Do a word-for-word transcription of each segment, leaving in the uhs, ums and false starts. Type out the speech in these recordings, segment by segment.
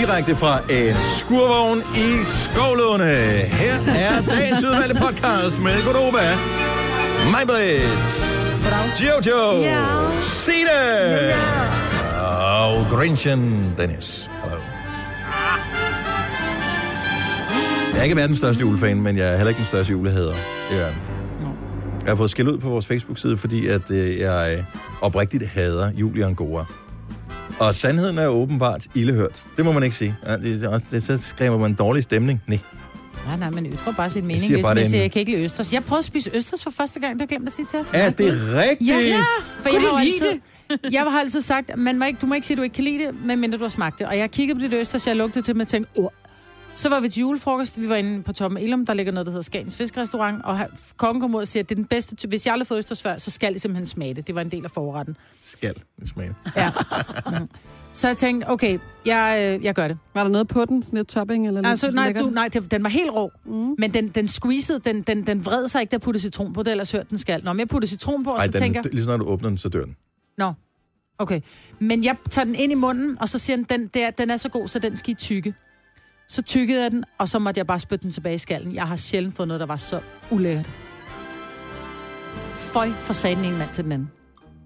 Direkte fra en skurvogn i Skovlunde. Her er dagens udvalgte podcast med Godova, Majbrit, Jojo, yeah. Signe yeah. og Grinchen Dennis. Hello. Jeg er ikke verdens største julefan, men jeg er heller ikke den største julehader. Ja. Jeg har fået skæld ud på vores Facebook-side, fordi at, øh, jeg oprigtigt hader Julian Goa. Og sandheden er åbenbart ildehørt. Det må man ikke sige. Ja, det, det, det, så skriver man en dårlig stemning. Nej. Nej, nej, men ytrer bare sin mening. Hvis jeg siger, jeg kan ikke lide østers. Jeg prøvede at spise østers for første gang, det har jeg glemt at sige til. Er det rigtigt? Ja, ja. For jeg har, altid, jeg har altid sagt, man må ikke, du må ikke sige, at du ikke kan lide det, medmindre du har smagt det. Og jeg kiggede på det østers, jeg lugtede til, med tænkte, åh. Så var vi til julefrokost. Vi var inde på Tom Elum, der ligger noget, der hedder Skagens Fiskerestaurant. Og kongen kom ud og siger, at det er den bedste. Hvis jeg aldrig har fået østers før, så skal det simpelthen smage det. Det var en del af forretten. Skal det smage. Ja. Mm. Så jeg tænkte, okay, jeg, jeg gør det. Var der noget på den? Sådan et topping? Eller altså, noget, nej, du, nej, den var helt rå. Mm. Men den, den squeezede, den, den, den vred sig ikke, der puttede citron på det, ellers hørte den skal. Nå, men jeg puttede citron på, og Ej, så den, tænker lige så når du åbner den, så dør den. Nå, okay. Men jeg tager den ind i munden, og så siger den, den, der, den er så god, så den skal i tykke. Så tykkede jeg den, og så måtte jeg bare spytte den tilbage i skallen. Jeg har sjældent fået noget, der var så ulækkert. Føj for sagde den ene mand til den anden.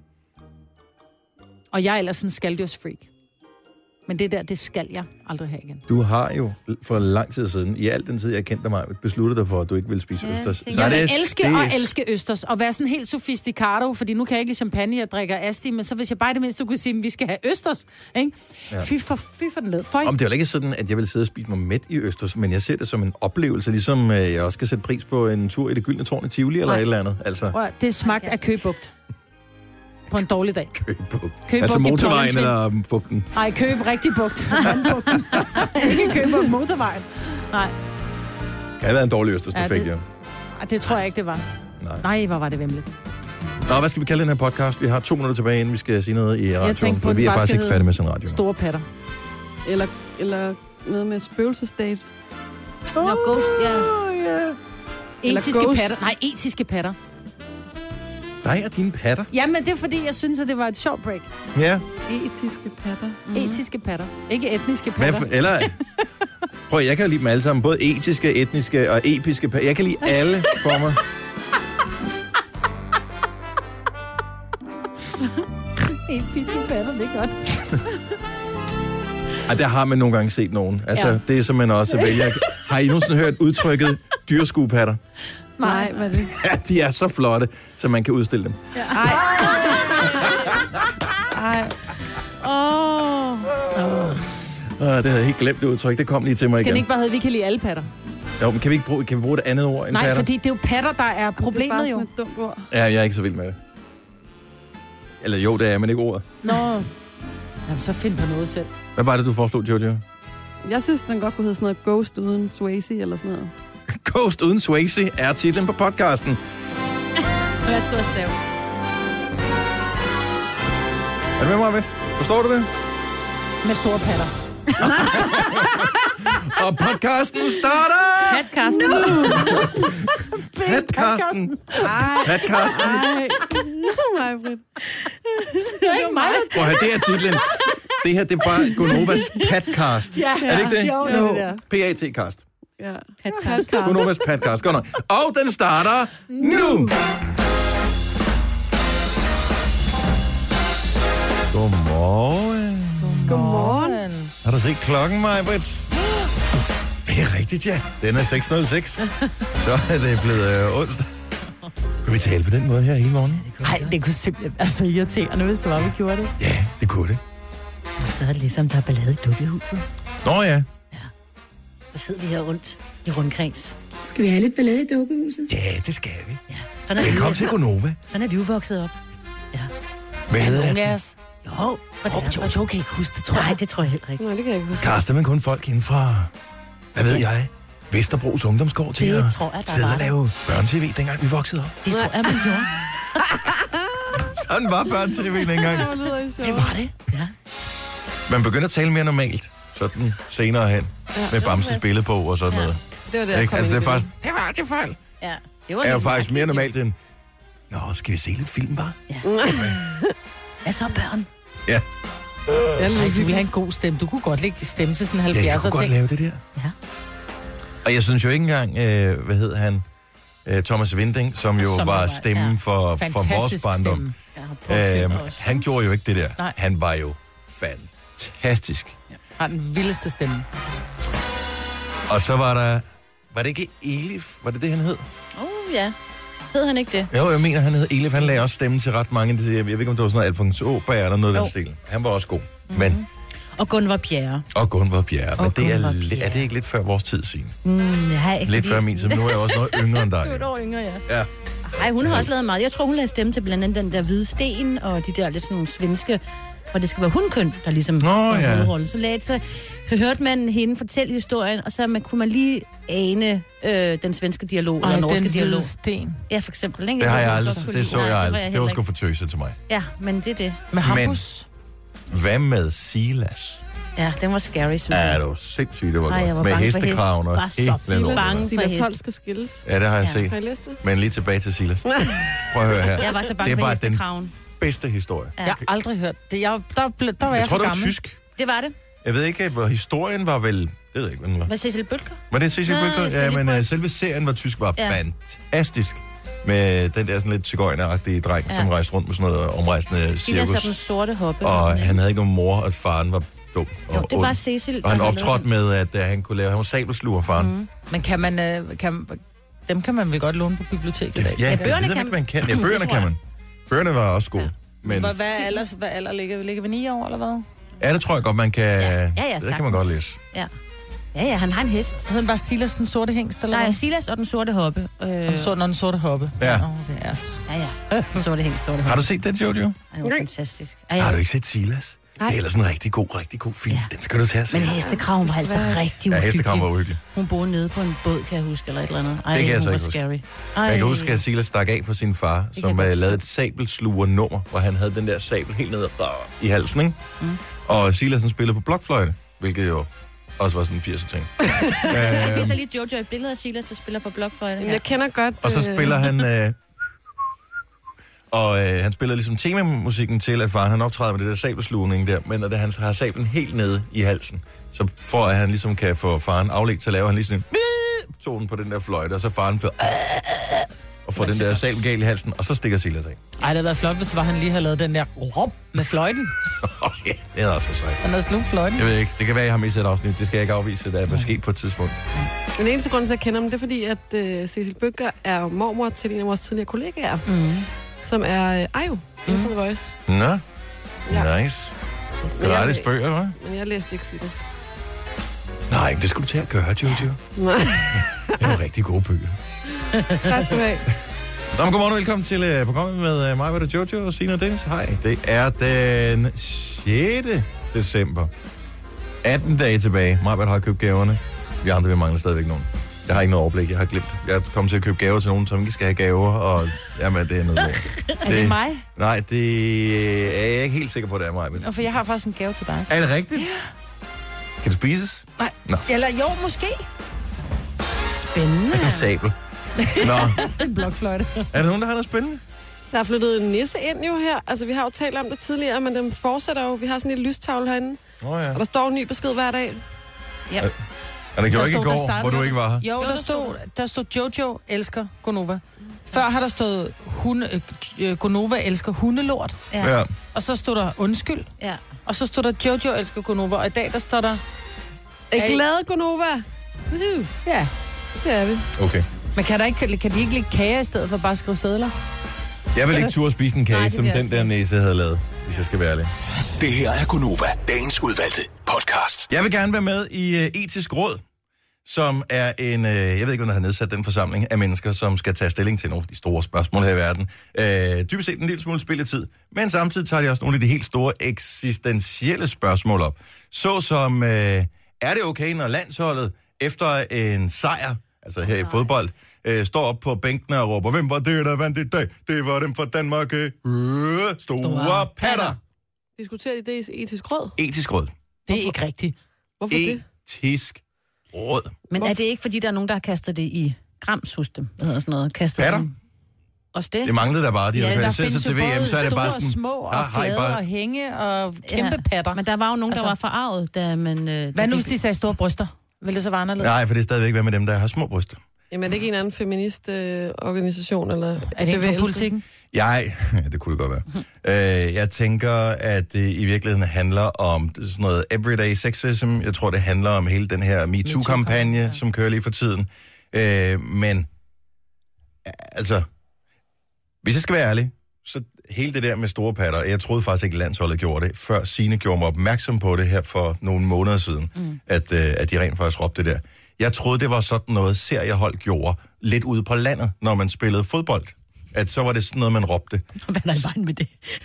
Og jeg er ellers sådan en skalddyrsfreak. Men det der, det skal jeg aldrig have igen. Du har jo for lang tid siden, i al den tid, jeg kendte mig, besluttet dig for, at du ikke vil spise ja, østers. Jeg vil elske det... og elske østers, og være sådan helt sofisticado, fordi nu kan jeg ikke lide champagne, jeg drikker asti, men så hvis jeg bare det mindste kunne sige, at vi skal have østers, ikke? Ja. Fy for, fy for den ned. Føj. Om det er jo ikke sådan, at jeg vil sidde og spise mig mæt i østers, men jeg ser det som en oplevelse, ligesom jeg også skal sætte pris på en tur i det gyldne tårn i Tivoli, eller et eller andet. Altså. Det er smagt af købugt. På en dårlig dag. Købugt. Altså motorvejen eller bugten? Nej, køb rigtig bugt. Ikke købugt motorvejen. Nej. Kan det være en dårlig østers, du ja, fik, det, ja? Det tror jeg ikke, det var. Nej, Nej hvor var det vemmeligt. Nå, hvad skal vi kalde den her podcast? Vi har to minutter tilbage, inden vi skal sige noget i radioen, for vi er faktisk ikke færdige med sådan en radio. Store patter. Eller, eller noget med spøgelsesdate. Oh, Nå, ghost, ja. Yeah. Etiske patter. Nej, etiske patter. Dig og dine patter? Jamen, det er fordi, jeg synes, at det var et sjovt break. Ja. Etiske patter. Mm. Etiske patter. Ikke etniske patter. For, eller... Prøv, jeg kan lide dem alle sammen. Både etiske, etniske og episke patter. Jeg kan lide alle former. Episke patter, det er godt. Og der har man nogle gange set nogen. Altså, ja. Det er som man også vælger. Har I nogensinde hørt udtrykket dyrskuepatter? Nej, hvad er det? Ja, de er så flotte, så man kan udstille dem. Ja. Ej. Ej. Åh. Oh. Oh, det havde jeg helt glemt, det udtryk. Det kom lige til mig Skal igen. Skal det ikke bare hedde, vi kan lide alle patter? Jo, men kan vi ikke bruge, kan vi bruge et andet ord end Nej, patter? fordi det er jo patter, der er problemet jo. Det er bare sådan et dumt ord. Ja, jeg er ikke så vild med det. Eller jo, det er, men ikke ordet. Nå. Jamen, så find på noget selv. Hvad var det, du foreslog, Jojo? Jeg synes, den godt kunne hedde sådan noget Ghost uden Swayze eller sådan noget. Ghost uden Swayze er titlen på podcasten. Jeg skal også stave. Er du med mig, Vitt? Forstår du det? Med store patter. Og podcasten starter... Patcasten. Nu! Patcasten. Patcasten. Nej. Nej, Britt. Det er ikke mig, der... Prøv at høre, det er titlen. Det her, det er bare Gonovas Patcast. Ja. Er det ikke det? Jo, det er det. P A T-cast. Ja. Patcast. Gonovas Patcast. Godt nok. Og den starter nu! Godmorgen. Godmorgen. Har du set klokken, Majbrit? Det er rigtigt, ja. Den er seks nul seks. Så er det blevet øh, onsdag. Kan vi tale på den måde her hele morgen? Nej, det kunne simpelthen være så irriterende, hvis det var, vi gjorde det. Ja, det kunne det. Så er det ligesom, der er ballade i dukkehuset. Nå ja. Ja. Så sidder vi her rundt i rundkreds. Skal vi have lidt ballade i dukkehuset? Ja, det skal vi. Ja. Sådan er Velkommen vi, til Gonova. Sådan er vi jo vokset op. Ja. Hvad hedder Nogle det? af os. Jo, og Og Joe kan ikke huske det, tror jeg. Nej, det tror jeg heller ikke. Nej, det kan jeg ikke huske. Kaster man kun folk inden fra, hvad ved jeg, Vesterbros Ungdomsgård til Det at tror jeg, der sidde var og lave børne-tv, dengang vi voksede op? Det tror jeg, man gjorde. Sådan var børne-tv dengang. Det var det, ja. Man begynder at tale mere normalt, sådan senere hen, med Bamses billede på og sådan noget. Det var det, jeg Ikke? kom Altså, det ind er i faktisk, det var til fejl. Ja. Det var Det er jo lidt faktisk mere mærkeligt. normalt end, nå, skal vi se lidt film, bare? Ja. Hvad så, børn? Ja. Ej, du vil have en god stemme. Du kunne godt lægge stemme til sådan en Ja, jeg halvfjerdser kunne ting. godt lave det der. Ja. Og jeg synes jo ikke engang, øh, hvad hed han, øh, Thomas Winding, som jo Som var var- stemmen ja. for, for vores Fantastisk barndom. stemme. Ja, Øh, han gjorde jo ikke det der. Nej. Han var jo fantastisk. Har den vildeste stemme. Og så var der... Var det ikke Elif? Var det det, han hed? Åh, oh, ja. Hed han ikke det? Jo, jeg mener, han hed Elif. Han lagde også stemme til ret mange. Jeg ved ikke, om det var sådan noget Alfons Åberg eller noget af den stil. Han var også god. Mm-hmm. Men, Og Gunvar Bjerre. og Gunvar Bjerre. Men Og det er, Gunvar li- Bjerre. er det ikke lidt før vores tid, Signe? Mm, jeg har ikke Lidt fordi- før min tid, men nu er jeg også noget yngre end dig. Du er et år yngre, ja. Ja. Ej, hun har også lavet meget. Jeg tror, hun lagde stemme til blandt andet den der hvide sten, og de der lidt sådan nogle svenske, hvor det skal være hundkøn, der ligesom Nå, var ja. hovedrollen. Så, lagde, så hørte man hende fortælle historien, og så man, kunne man lige ane øh, den svenske dialog, Ej, eller norske den dialog. hvide sten. Ja, for eksempel. Ikke? Det har jeg ved aldrig. godt, Det fordi- så Nej, jeg var aldrig. Det var heller sgu ikke. for tøset til mig. Ja, men det er det. Med Hampus. Hvad med Silas? Ja, den var scary, synes Ja, jeg. det var sindssygt, det var Ej, jeg godt. var Med bange for hestekraven og Var så hele Silas. lortet. Bange for Silas heste. Holt skal skilles. Ja, det har jeg Ja. set. Har I læst det? Men lige tilbage til Silas. Prøv at høre her. Jeg var så bange Det for var den hestekraven. bedste historie. Ja. Jeg har aldrig hørt det. Jeg, der, der, der var jeg, Jeg tror, for det var gammel. tysk. Det var det. Jeg ved ikke, hvor historien var vel... Jeg ved ikke, hvad den var. Var Cecil Bølger? Var det Cecil Nej, Bøger? jeg skal Ja, lige men prøve. uh, selve serien var tysk, var Ja. fantastisk. Med den der sådan lidt cigøjneragtige dreng, ja. Ja. som rejste rundt med sådan noget omrejsende Silas er den cirkus. sorte hoppe. Og han havde ikke nogen mor, og faren var dum og Jo, det var ond. Cecil. Og han der havde optrådte med, at uh, han kunne lave... Han var sabelsluger, faren. Mm. Men kan man, øh, kan, dem kan man vel godt låne på biblioteket i dag? Ja, Ja, jeg bøgerne ved kan ikke, man kan. Ja, Det bøgerne tror kan jeg. man. Bøgerne var også gode. Ja. Men Hvad, hvad, alder, hvad alder ligger, ligger vi ni år, eller hvad? ja, det tror jeg godt, man kan... Ja, ja, ja, det kan man sagtens. godt læse. Ja. Ja, ja, han har en hest. Hed den bare Silas, den sorte hængst, eller Der er hvad? Silas og den sorte hoppe. Øh, Og så når den sorte hoppe. Ja. Nå, det er. ja, ja. Den sorte hængst, sorte Har hoppe. du set den, Jojo? Ej, det var fantastisk. Ej, Har ja. du ikke set Silas? Nej. Det er ellers en rigtig god, rigtig god film. Ja. Den skal du tage at se. Men hestekraven var altså rigtig Ja, uhyggelig. hestekraven var uhyggelig. Hun boede nede på en båd, kan jeg huske, eller et eller andet. Ej, Det kan jeg hun så var ikke huske. scary. Ej. Jeg kan huske, at Silas stak af for sin far, kan som jeg uh, godt lavede et sabelsluger-nummer, hvor han havde den der sabel helt nede i halsen, ikke? Mm. Og Silas han spillede på blokfløjte, hvilket jo også var sådan en firser ting. Jeg øhm, viser lige Jojo et billede af Silas, der spiller på blokfløjte. Jeg kender godt... og så øh, spiller han... Øh, og øh, han spiller ligesom temamusikken til, at faren han optræder med det der sabelslugning der, men når han har sablen helt nede i halsen, så for at han ligesom kan få faren afledt, så laver han lige sådan en tonen på den der fløjte, og så faren får og får den der sabel galt i halsen, og så stikker Silas af. Ej, det havde været flot, hvis det var, han lige havde lavet den der råb med fløjten. Oh, yeah, det er også for sejt. Han havde slugt fløjten. Jeg ved ikke, det kan være, jeg har misset et afsnit. Det skal jeg ikke afvise, at det er sket på et tidspunkt. Den eneste grund til, at jeg kender ham, det er fordi, at uh, Cecil Bøger er mormor til en af vores tidligere kollegaer, Mm. som er uh, Ayo, inden for The Voice. Nå, Ja. nice. Men jeg, Gratis bøger, hva'? men jeg læste ikke Silas. Nej, det skulle du til at gøre, Jojo. Nej, Det er jo rigtig gode bøger. tak skal du have. Nå, men godmorgen og velkommen til uh, programmet med uh, mig, og Jojo og Signe og Dennis. Hej, det er den sjette december. atten dage tilbage. Mig, har købt gaverne. Vi andre, vi mangler stadigvæk nogen. Jeg har ikke noget overblik. Jeg har glemt. Jeg er kommet til at købe gaver til nogen, som ikke skal have gaver, og jamen, det er noget lort. Er det mig? Nej, det er jeg ikke helt sikker på, det er mig. Men... Nå, for jeg har faktisk en gave til dig. Er det rigtigt? Kan det spises? Nej. Nå. Eller jo, måske. Spændende. En sabel. Nå, En blokfløjte. er der nogen, der har noget spændende? Der er flyttet en nisse ind jo her. Altså, vi har jo talt om det tidligere, men den fortsætter jo. Vi har sådan en lystavle herinde, Åh oh, ja. og der står en ny besked hver dag. Ja. Er det gjorde Der ikke i stod, der går, startede hvor du med- ikke var her? Jo, der stod, der stod Jojo elsker Gonova. Før har der stået hunde, øh, Gonova elsker hundelort. Ja. Ja. Og så stod der undskyld. Ja. Og så stod der Jojo elsker Gonova. Og i dag, der står der... Er Hey. I glade, Gonova? Woohoo. Ja. Det er vi. Okay. Men kan, der ikke, kan de ikke lægge kager i stedet for bare at skrive sedler? Jeg vil ikke turde spise en kage, Nej, det som vil jeg den der sige. næse havde lavet, hvis jeg skal være ærlig. Det her er Gunova, dagens udvalgte podcast. Jeg vil gerne være med i uh, Etisk Råd, som er en, uh, jeg ved ikke, om der har nedsat den forsamling af mennesker, som skal tage stilling til nogle af de store spørgsmål her i verden. Uh, dybest set en lille smule spilletid, men samtidig tager de også nogle af de helt store eksistentielle spørgsmål op. Så som, uh, er det okay, når landsholdet efter en sejr, altså her i fodbold, uh, står op på bænkene og råber, hvem var det, der vandt i dag? Det var dem fra Danmark. Øh, store patter. Diskuterer de det i etisk råd? Etisk Råd. Det er ikke rigtigt. Hvorfor det? Etisk Råd. Men er det ikke, fordi der er nogen, der har kastet det i grams hos dem? Hvad hedder sådan noget? Kastet Patter? dem? Også det. Det manglede der bare, de Ja, havde der kvalificeret sig findes jo til V M, så er det både bare store sådan... og små og ah, hej, flade bare- og hænge og kæmpe Ja, patter. Men der var jo nogen, der Altså- var forarvet, da man... Øh, Hvad nu, da hvis de sagde store bryster? Vil det så være anderledes? Nej, for det er stadigvæk hvad med dem, der har små bryster. Jamen, er det ikke en anden feministorganisation, øh, eller Er det ikke fra bevægelse? politikken? Jeg, ja, det kunne det godt være. øh, jeg tænker, at det i virkeligheden handler om sådan noget everyday sexism. Jeg tror, det handler om hele den her MeToo-kampagne, ja. som kører lige for tiden. Øh, men, altså, hvis jeg skal være ærlig, så hele det der med store patter, jeg troede faktisk ikke, landsholdet gjorde det, før Signe gjorde mig opmærksom på det her for nogle måneder siden, mm. at, øh, at de rent faktisk råbte det der. Jeg troede, det var sådan noget, seriehold gjorde lidt ude på landet, når man spillede fodbold. At så var det sådan noget, man råbte. Hvad er der i vejen med det?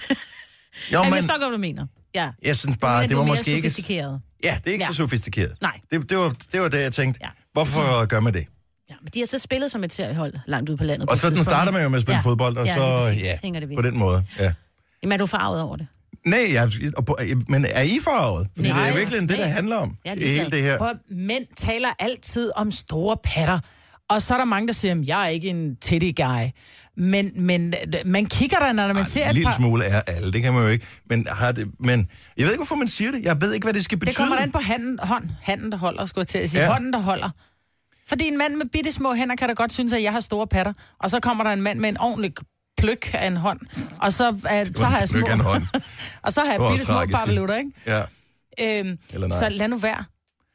Jo, Jeg men, forstår godt, hvad du mener. Ja. jeg synes bare, Men det du var er mere måske ikke... sofistikeret. Ja, det er ikke Ja. så sofistikeret. Nej. Det, det, var, det var det, jeg tænkte. Ja. Hvorfor gør man det? Ja, men de har så spillet som et seriehold langt ude på landet. på Og et så den tidspunkt. starter man jo med at spille Ja. fodbold, og Ja, så lige præcis. ja, Hænger det ved. på den måde. Ja. Jamen, er du farvet over det? Nej, jeg, og på, men er I farvet? Fordi Nej. det er virkelig det, det Nej. handler om. Jeg er I ligeglad. hele det her. Prøv, mænd taler altid om store patter. Og så er der mange, der siger, at jeg er ikke en titty guy. Men, men man kigger der, når man Ej, ser en et lille par... smule er alle, det kan man jo ikke. Men, har det, men jeg ved ikke, hvorfor man siger det. Jeg ved ikke, hvad det skal betyde. Det kommer an på handen, hånd, handen, der holder, skulle jeg til at sige. Ja. Ja. Hånden, der holder. Fordi en mand med bitte små hænder kan da godt synes, at jeg har store patter. Og så kommer der en mand med en ordentlig pløk af en hånd. Og så, uh, så har jeg små... pløk af en hånd. og så har jeg Det var bitte også små tragisk. barbelutter, ikke? Ja, Øhm, eller nej. så lad nu være.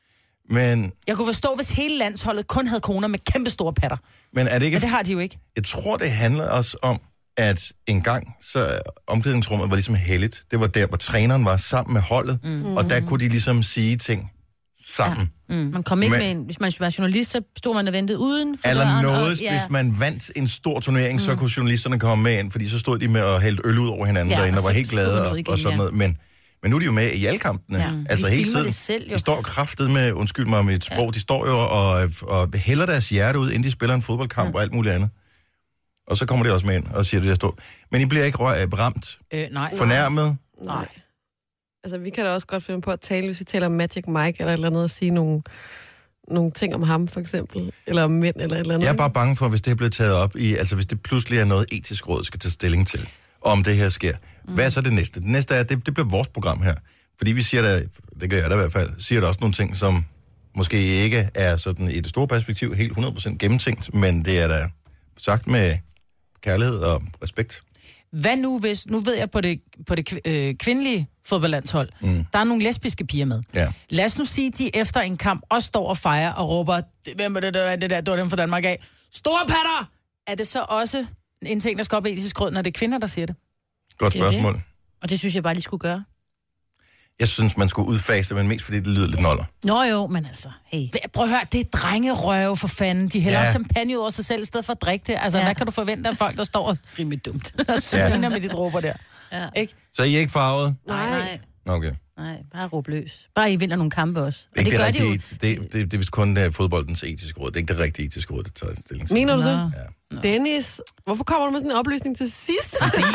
Men, Jeg kunne forstå, hvis hele landsholdet kun havde koner med kæmpe store patter. men er det ikke... Men det har de jo ikke. Jeg tror, det handler også om, at en gang, så omklædningsrummet var ligesom helligt. Det var der, hvor træneren var sammen med holdet, mm. og der kunne de ligesom sige ting sammen. Mm. Man kom ikke Men- med en... Hvis man var journalist, så stod man og ventede uden for Eller døren, noget, og- hvis man vandt en stor turnering, mm. så kunne journalisterne komme med ind, fordi så stod de med at hælde øl ud over hinanden Ja, derinde, og og var så helt glade skulle man og, ud igen, og sådan ja. noget. Men, men nu er de jo med i alle kampene. Ja. Altså De hele filmer tiden. det selv, jo. De står kraftet med, undskyld mig om et sprog, ja. de står jo og, og hælder deres hjerte ud, inden de spiller en fodboldkamp ja. og alt muligt andet. Og så kommer de også med ind og siger det der står. Men I bliver ikke rø- ramt, Øh, nej. fornærmet. Nej. Altså, vi kan da også godt finde på at tale, hvis vi taler om Magic Mike eller et eller andet, og sige nogle, nogle ting om ham, for eksempel. Eller om mænd, eller et eller andet. Jeg er bare bange for, hvis det bliver taget op i, altså hvis det pludselig er noget etisk råd skal tage stilling til, om det her sker. Mm. Hvad er så det næste? Det næste er, at det, det bliver vores program her. Fordi vi siger da, det gør jeg da i hvert fald, siger der også nogle ting, som måske ikke er sådan i det store perspektiv helt hundrede procent gennemtænkt, men det er da sagt med kærlighed og respekt. Hvad nu hvis, nu ved jeg på det, på det øh, kvindelige fodboldlandshold, mm. der er nogle lesbiske piger med. Ja. Lad os nu sige, at de efter en kamp også står og fejrer og råber, hvem er det der, det der, det var dem fra Danmark af. Store patter! Er det så også en ting, der skal op i etisk råd, når det er kvinder, der siger det? Godt Det er det. spørgsmål. Og det synes jeg bare, de skulle gøre. Jeg synes, man skulle udfase det, men mest fordi det lyder lidt noller. Nå jo, men altså, hey. Det, prøv at høre, det er drengerøve for fanden. De hælder Ja. også champagne ud over sig selv, i stedet for at drikke det. Altså, Ja. hvad kan du forvente af folk, der står og Rimelig dumt. der sviner med de dråber der? Ja. Ikke? Så I er ikke farvet? Nej, nej, Okay. nej. Bare råb løs. Bare I vinder nogle kampe også. Og Ikke det, det, gør de jo. rigtige, det, det, det er vist kun uh, fodboldens etiske råd. Det er ikke det rigtige etiske råd, det tager stilling til. Mener du Nå. det? Ja. Dennis, hvorfor kommer du med sådan en oplysning til sidst?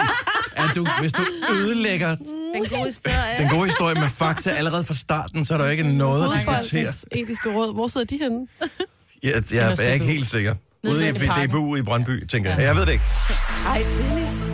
At du, hvis du ødelægger Den gode historie. den gode historie med fakta allerede fra starten, så er der jo ikke noget at diskutere. Fodboldens etiske råd. Hvor sidder de henne? Jeg, jeg er ikke helt sikker. Ude i i parken. D B U i Brøndby, tænker jeg. Jeg ved det ikke. Ej, Dennis.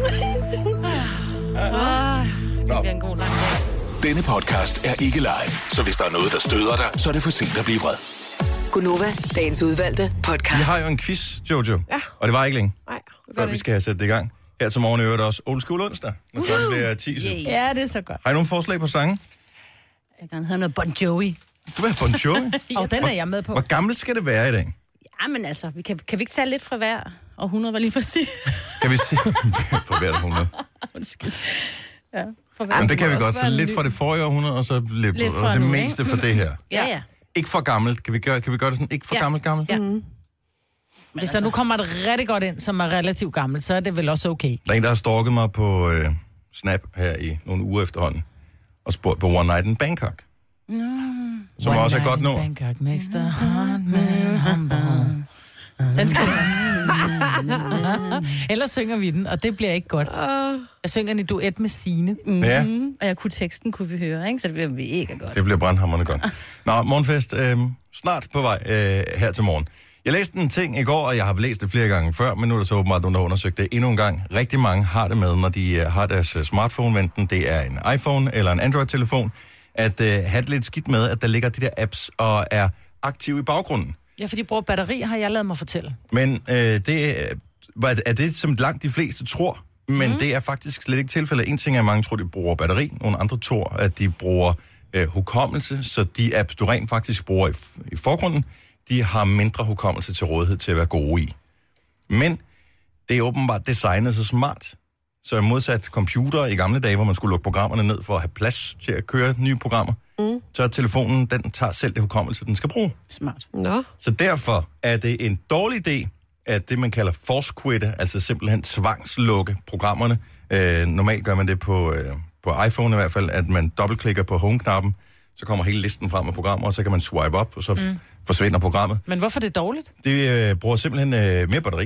Ah, det bliver en god lang dag. Denne podcast er ikke live, så hvis der er noget, der støder dig, så er det for sent at blive vred. Gunova, dagens udvalgte podcast. Vi har jo en quiz, Jojo. Ja. Og det var ikke længe, Nej, det før gør vi det skal have sat det i gang. Her til morgen i øvrigt også Old School onsdag, når klokken bliver ti. Yeah. Ja, det er så godt. Har I nogle forslag på sange? Jeg kan høre noget Bon Jovi. Du vil have Bon Jovi. Og den er jeg med på. Hvor gammelt skal det være i dag? Ja, men altså, vi kan, kan vi ikke tage lidt fra hver århundrede, var lige for at sige? Kan vi se? For hvert århundrede. Undskyld. Ja, for hver Men det kan vi også godt. Så være lidt ny. fra det forrige århundrede, og så lidt, Lidt og fra det nu, meste fra det her. Ja, ja. Ikke for gammelt. Kan vi gøre, kan vi gøre det sådan? Ikke for Ja. gammelt, gammelt? Ja. Mm. Hvis der nu kommer et rigtig godt ind, som er relativt gammelt, så er det vel også okay. Der er en, der har stalket mig på øh, Snap her i nogle uger efterhånden, og spurgt på One Night in Bangkok. No. Som One også er night godt in nummer. Bangkok makes the heart man humble. Den skal Ellers synger vi den, og det bliver ikke godt. Jeg synger den i duet med Signe. Mm. Ja. Og jeg kunne teksten, kunne vi høre, ikke? Så det bliver mega godt. Det bliver brandhamrende godt. Nå, morgenfest øh, snart på vej øh, her til morgen. Jeg læste en ting i går, og jeg har læst det flere gange før, men nu er der så åbenbart nogen, der har undersøgt det endnu en gang. Rigtig mange har det med, når de uh, har deres uh, smartphone, enten det er en iPhone eller en Android-telefon, at uh, have det lidt skidt med, at der ligger de der apps og er aktive i baggrunden. Ja, for de bruger batteri, har jeg lavet mig fortælle. Men uh, det er, er det, som langt de fleste tror, men mm. det er faktisk slet ikke tilfældet. En ting er, at mange tror, de bruger batteri, nogle andre tror, at de bruger uh, hukommelse, så de apps, du rent faktisk bruger i, i forgrunden, de har mindre hukommelse til rådighed til at være gode i. Men det er åbenbart designet så smart, så modsat computer i gamle dage, hvor man skulle lukke programmerne ned for at have plads til at køre nye programmer, mm. så er telefonen, den tager selv det hukommelse, den skal bruge. Smart. Nå. Så derfor er det en dårlig idé, at det, man kalder force quitte, altså simpelthen tvangslukke programmerne. Øh, normalt gør man det på, øh, på iPhone i hvert fald, at man dobbeltklikker på home-knappen, så kommer hele listen frem af programmer, og så kan man swipe op, og så mm. forsvinder programmet. Men hvorfor er det dårligt? Det øh, bruger simpelthen øh, mere batteri.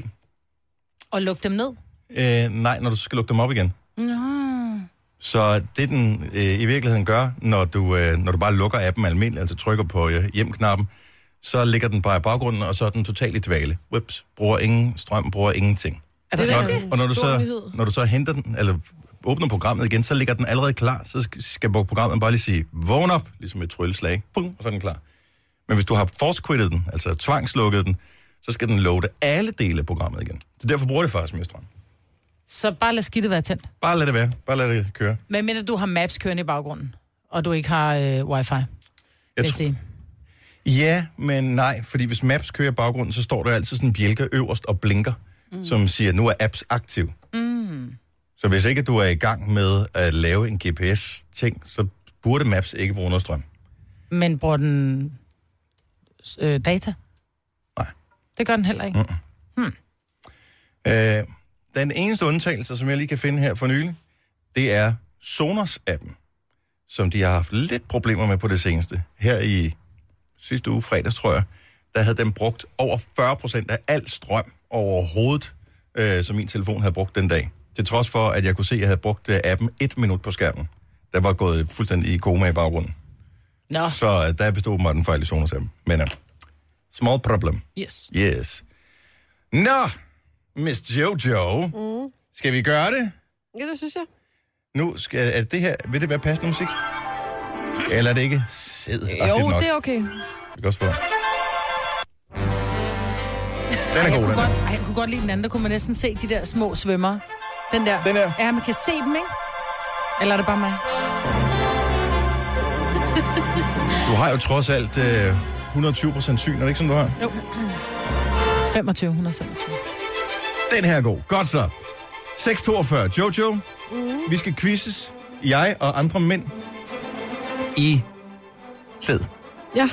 Og lukke dem ned? Øh, nej, når du skal lukke dem op igen. Nå. Så det, den øh, i virkeligheden gør, når du, øh, når du bare lukker appen almindeligt, altså trykker på øh, hjem-knappen, så ligger den bare i baggrunden, og så er den totalt i dvale. Whips. Bruger ingen strøm, bruger ingenting. Er det når, rigtigt? Og når du, så, når du så henter den, eller åbner programmet igen, så ligger den allerede klar. Så skal programmet bare lige sige, vågn op, ligesom et trylleslag. Bum, og så er den klar. Men hvis du har force-quittet den, altså tvangslukket den, så skal den loade alle dele af programmet igen. Så derfor bruger det faktisk mere strøm. Så bare lad skidtet være tændt? Bare lad det være. Bare lad det køre. Men mindre du har Maps kørende i baggrunden, og du ikke har øh, wifi, jeg vil sige. Ja, men nej, fordi hvis Maps kører i baggrunden, så står der altid sådan en bjælke øverst og blinker, mm. som siger, nu er apps aktiv. Mm. Så hvis ikke du er i gang med at lave en G P S-ting, så burde Maps ikke bruge noget strøm. Men bruger den øh, data? Nej. Det gør den heller ikke? Mm. Hmm. Øh, den eneste undtagelse, som jeg lige kan finde her for nylig, det er Sonos-appen, som de har haft lidt problemer med på det seneste. Her i sidste uge, fredags tror jeg, der havde den brugt over fyrre procent af al strøm overhovedet, øh, som min telefon havde brugt den dag. Til trods for, at jeg kunne se, at jeg havde brugt øh, appen et minut på skærmen. Der var gået fuldstændig i koma i baggrunden. Nå. Så øh, der bestod mig den fejl i Sonos-appen. Men uh, small problem. Yes. Yes. Nå, Miss Jojo. Mm. Skal vi gøre det? Ja, det synes jeg. Nu skal er det her, vil det være passende musik? Eller er det ikke sædagtigt Jo, nok? det er okay. Det kan også være. Den er Ej, god, den godt, ej, jeg kunne godt lide den anden. Der kunne man næsten se de der små svømmer. Den der. Den der. Ja, man kan se dem, ikke? Eller er det bare mig? Du har jo trods alt øh, hundrede og tyve procent syn, er det ikke sådan, du har? Jo. femogtyve, et hundrede og femogtyve. Den her er god. Godt så. seks toogfyrre. Jojo, mm. vi skal quizzes. Jeg og andre mænd i sæd. Ja.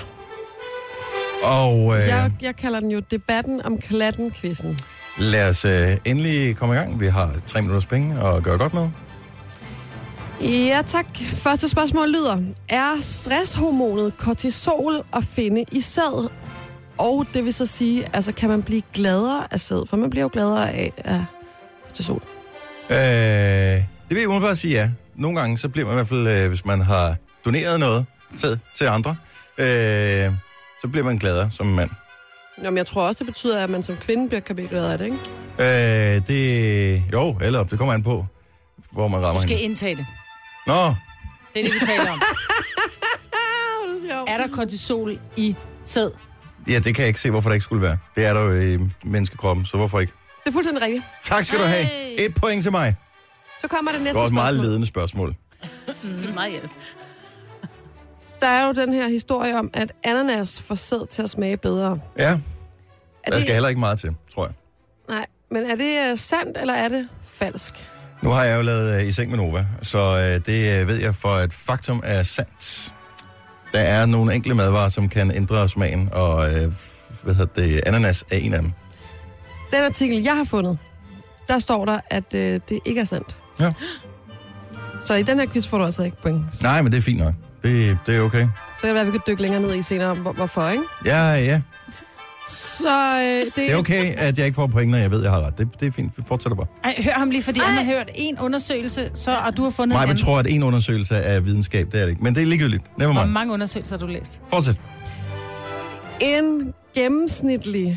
Og øh, Jeg, jeg kalder den jo debatten om klatten-quizzen. lad os øh, endelig komme i gang. Vi har tre minutters penge at gøre godt med. Ja, tak. Første spørgsmål lyder: er stresshormonet kortisol at finde i sæd? Og det vil så sige, altså kan man blive gladere af sæd? For man bliver jo gladere af, af kortisol. Øh, det vil jeg umiddelbart sige ja. Nogle gange så bliver man i hvert fald, øh, hvis man har doneret noget sæd til andre, øh, så bliver man gladere som en mand. Nå, men jeg tror også, det betyder, at man som kvinde bliver kan blive gladere af det, ikke? Øh, det... Jo, eller det kommer an på, hvor man rammer Du skal hende. indtage det. Nå, Det er det, vi taler om. Det er Er der kortisol i sæd? ja, det kan jeg ikke se, hvorfor der ikke skulle være. Det er der jo i menneskekroppen, så hvorfor ikke? Det er fuldstændig rigtigt. Tak skal du have. Hey. Et point til mig. Så kommer det næste Det var også meget spørgsmål. ledende spørgsmål. Mm. Meget hjælp. Der er jo den her historie om, at ananas får sæd til at smage bedre. Ja, Er der det... skal heller ikke meget til, tror jeg. Nej, men er det uh, sandt, eller er det falsk? Nu har jeg jo lavet uh, I Seng med Nova, så uh, det uh, ved jeg for et faktum er sandt. Der er nogle enkle madvarer, som kan ændre smagen, og uh, hvad hedder det, ananas er en af dem. Den artikel, jeg har fundet, der står der, at uh, det ikke er sandt. Ja. Så i den her quiz får du altså ikke point. Nej, men det er fint nok. Det, det er okay. Så kan det være, at vi kan dykke længere ned i senere, hvor, hvorfor, ikke? Ja, ja. Så øh, det, Det er okay, at jeg ikke får point, når jeg ved, at jeg har ret. Det, det er fint. Vi fortsætter bare. Ej, hør ham lige, fordi Ej. han har hørt en undersøgelse, så, og du har fundet en Maja, anden. tror, at en undersøgelse af videnskab, det er det ikke. Men det er ligegyldigt. Never Hvor mind. mange undersøgelser har du læst? Fortsæt. En gennemsnitlig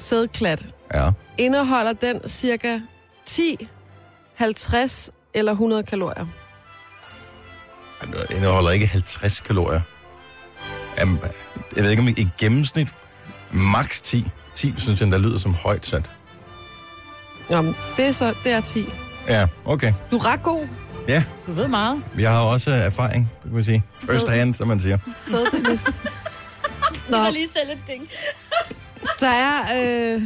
sædklat, Ja. indeholder den cirka ti, halvtreds eller hundrede kalorier? Men det indeholder ikke halvtreds kalorier. Jamen, jeg ved ikke, om i gennemsnit max ti. ti synes jeg, der lyder som højt sat. Jamen, det er så, det er ti. Ja, okay. Du er ret god. Ja, Du ved meget. jeg har også erfaring, kan man sige. First hand, som man siger. Sæd, Dennis. Nå, Jeg lige selv et ding. der er... Øh,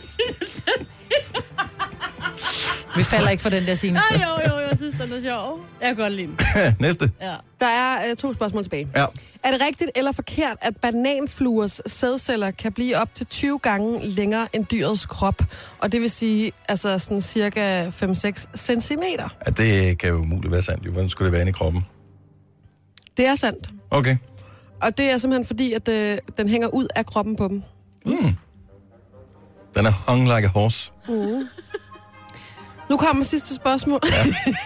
Vi falder ikke for den der scene. Ej, jo, jo, jeg synes, den er sjov. Jeg kan godt lide den. Næste. Ja. der er øh, to spørgsmål tilbage. Ja. Er det rigtigt eller forkert, at bananfluers sædceller kan blive op til tyve gange længere end dyrets krop? Og det vil sige, altså sådan cirka fem til seks centimeter. Ja, det kan jo muligt være sandt. Jo, hvordan skulle det være inde i kroppen? Det er sandt. Okay. Og det er simpelthen fordi, at øh, den hænger ud af kroppen på dem. Mm. Den er hung like a horse. Uh. Nu kommer sidste spørgsmål. Ja.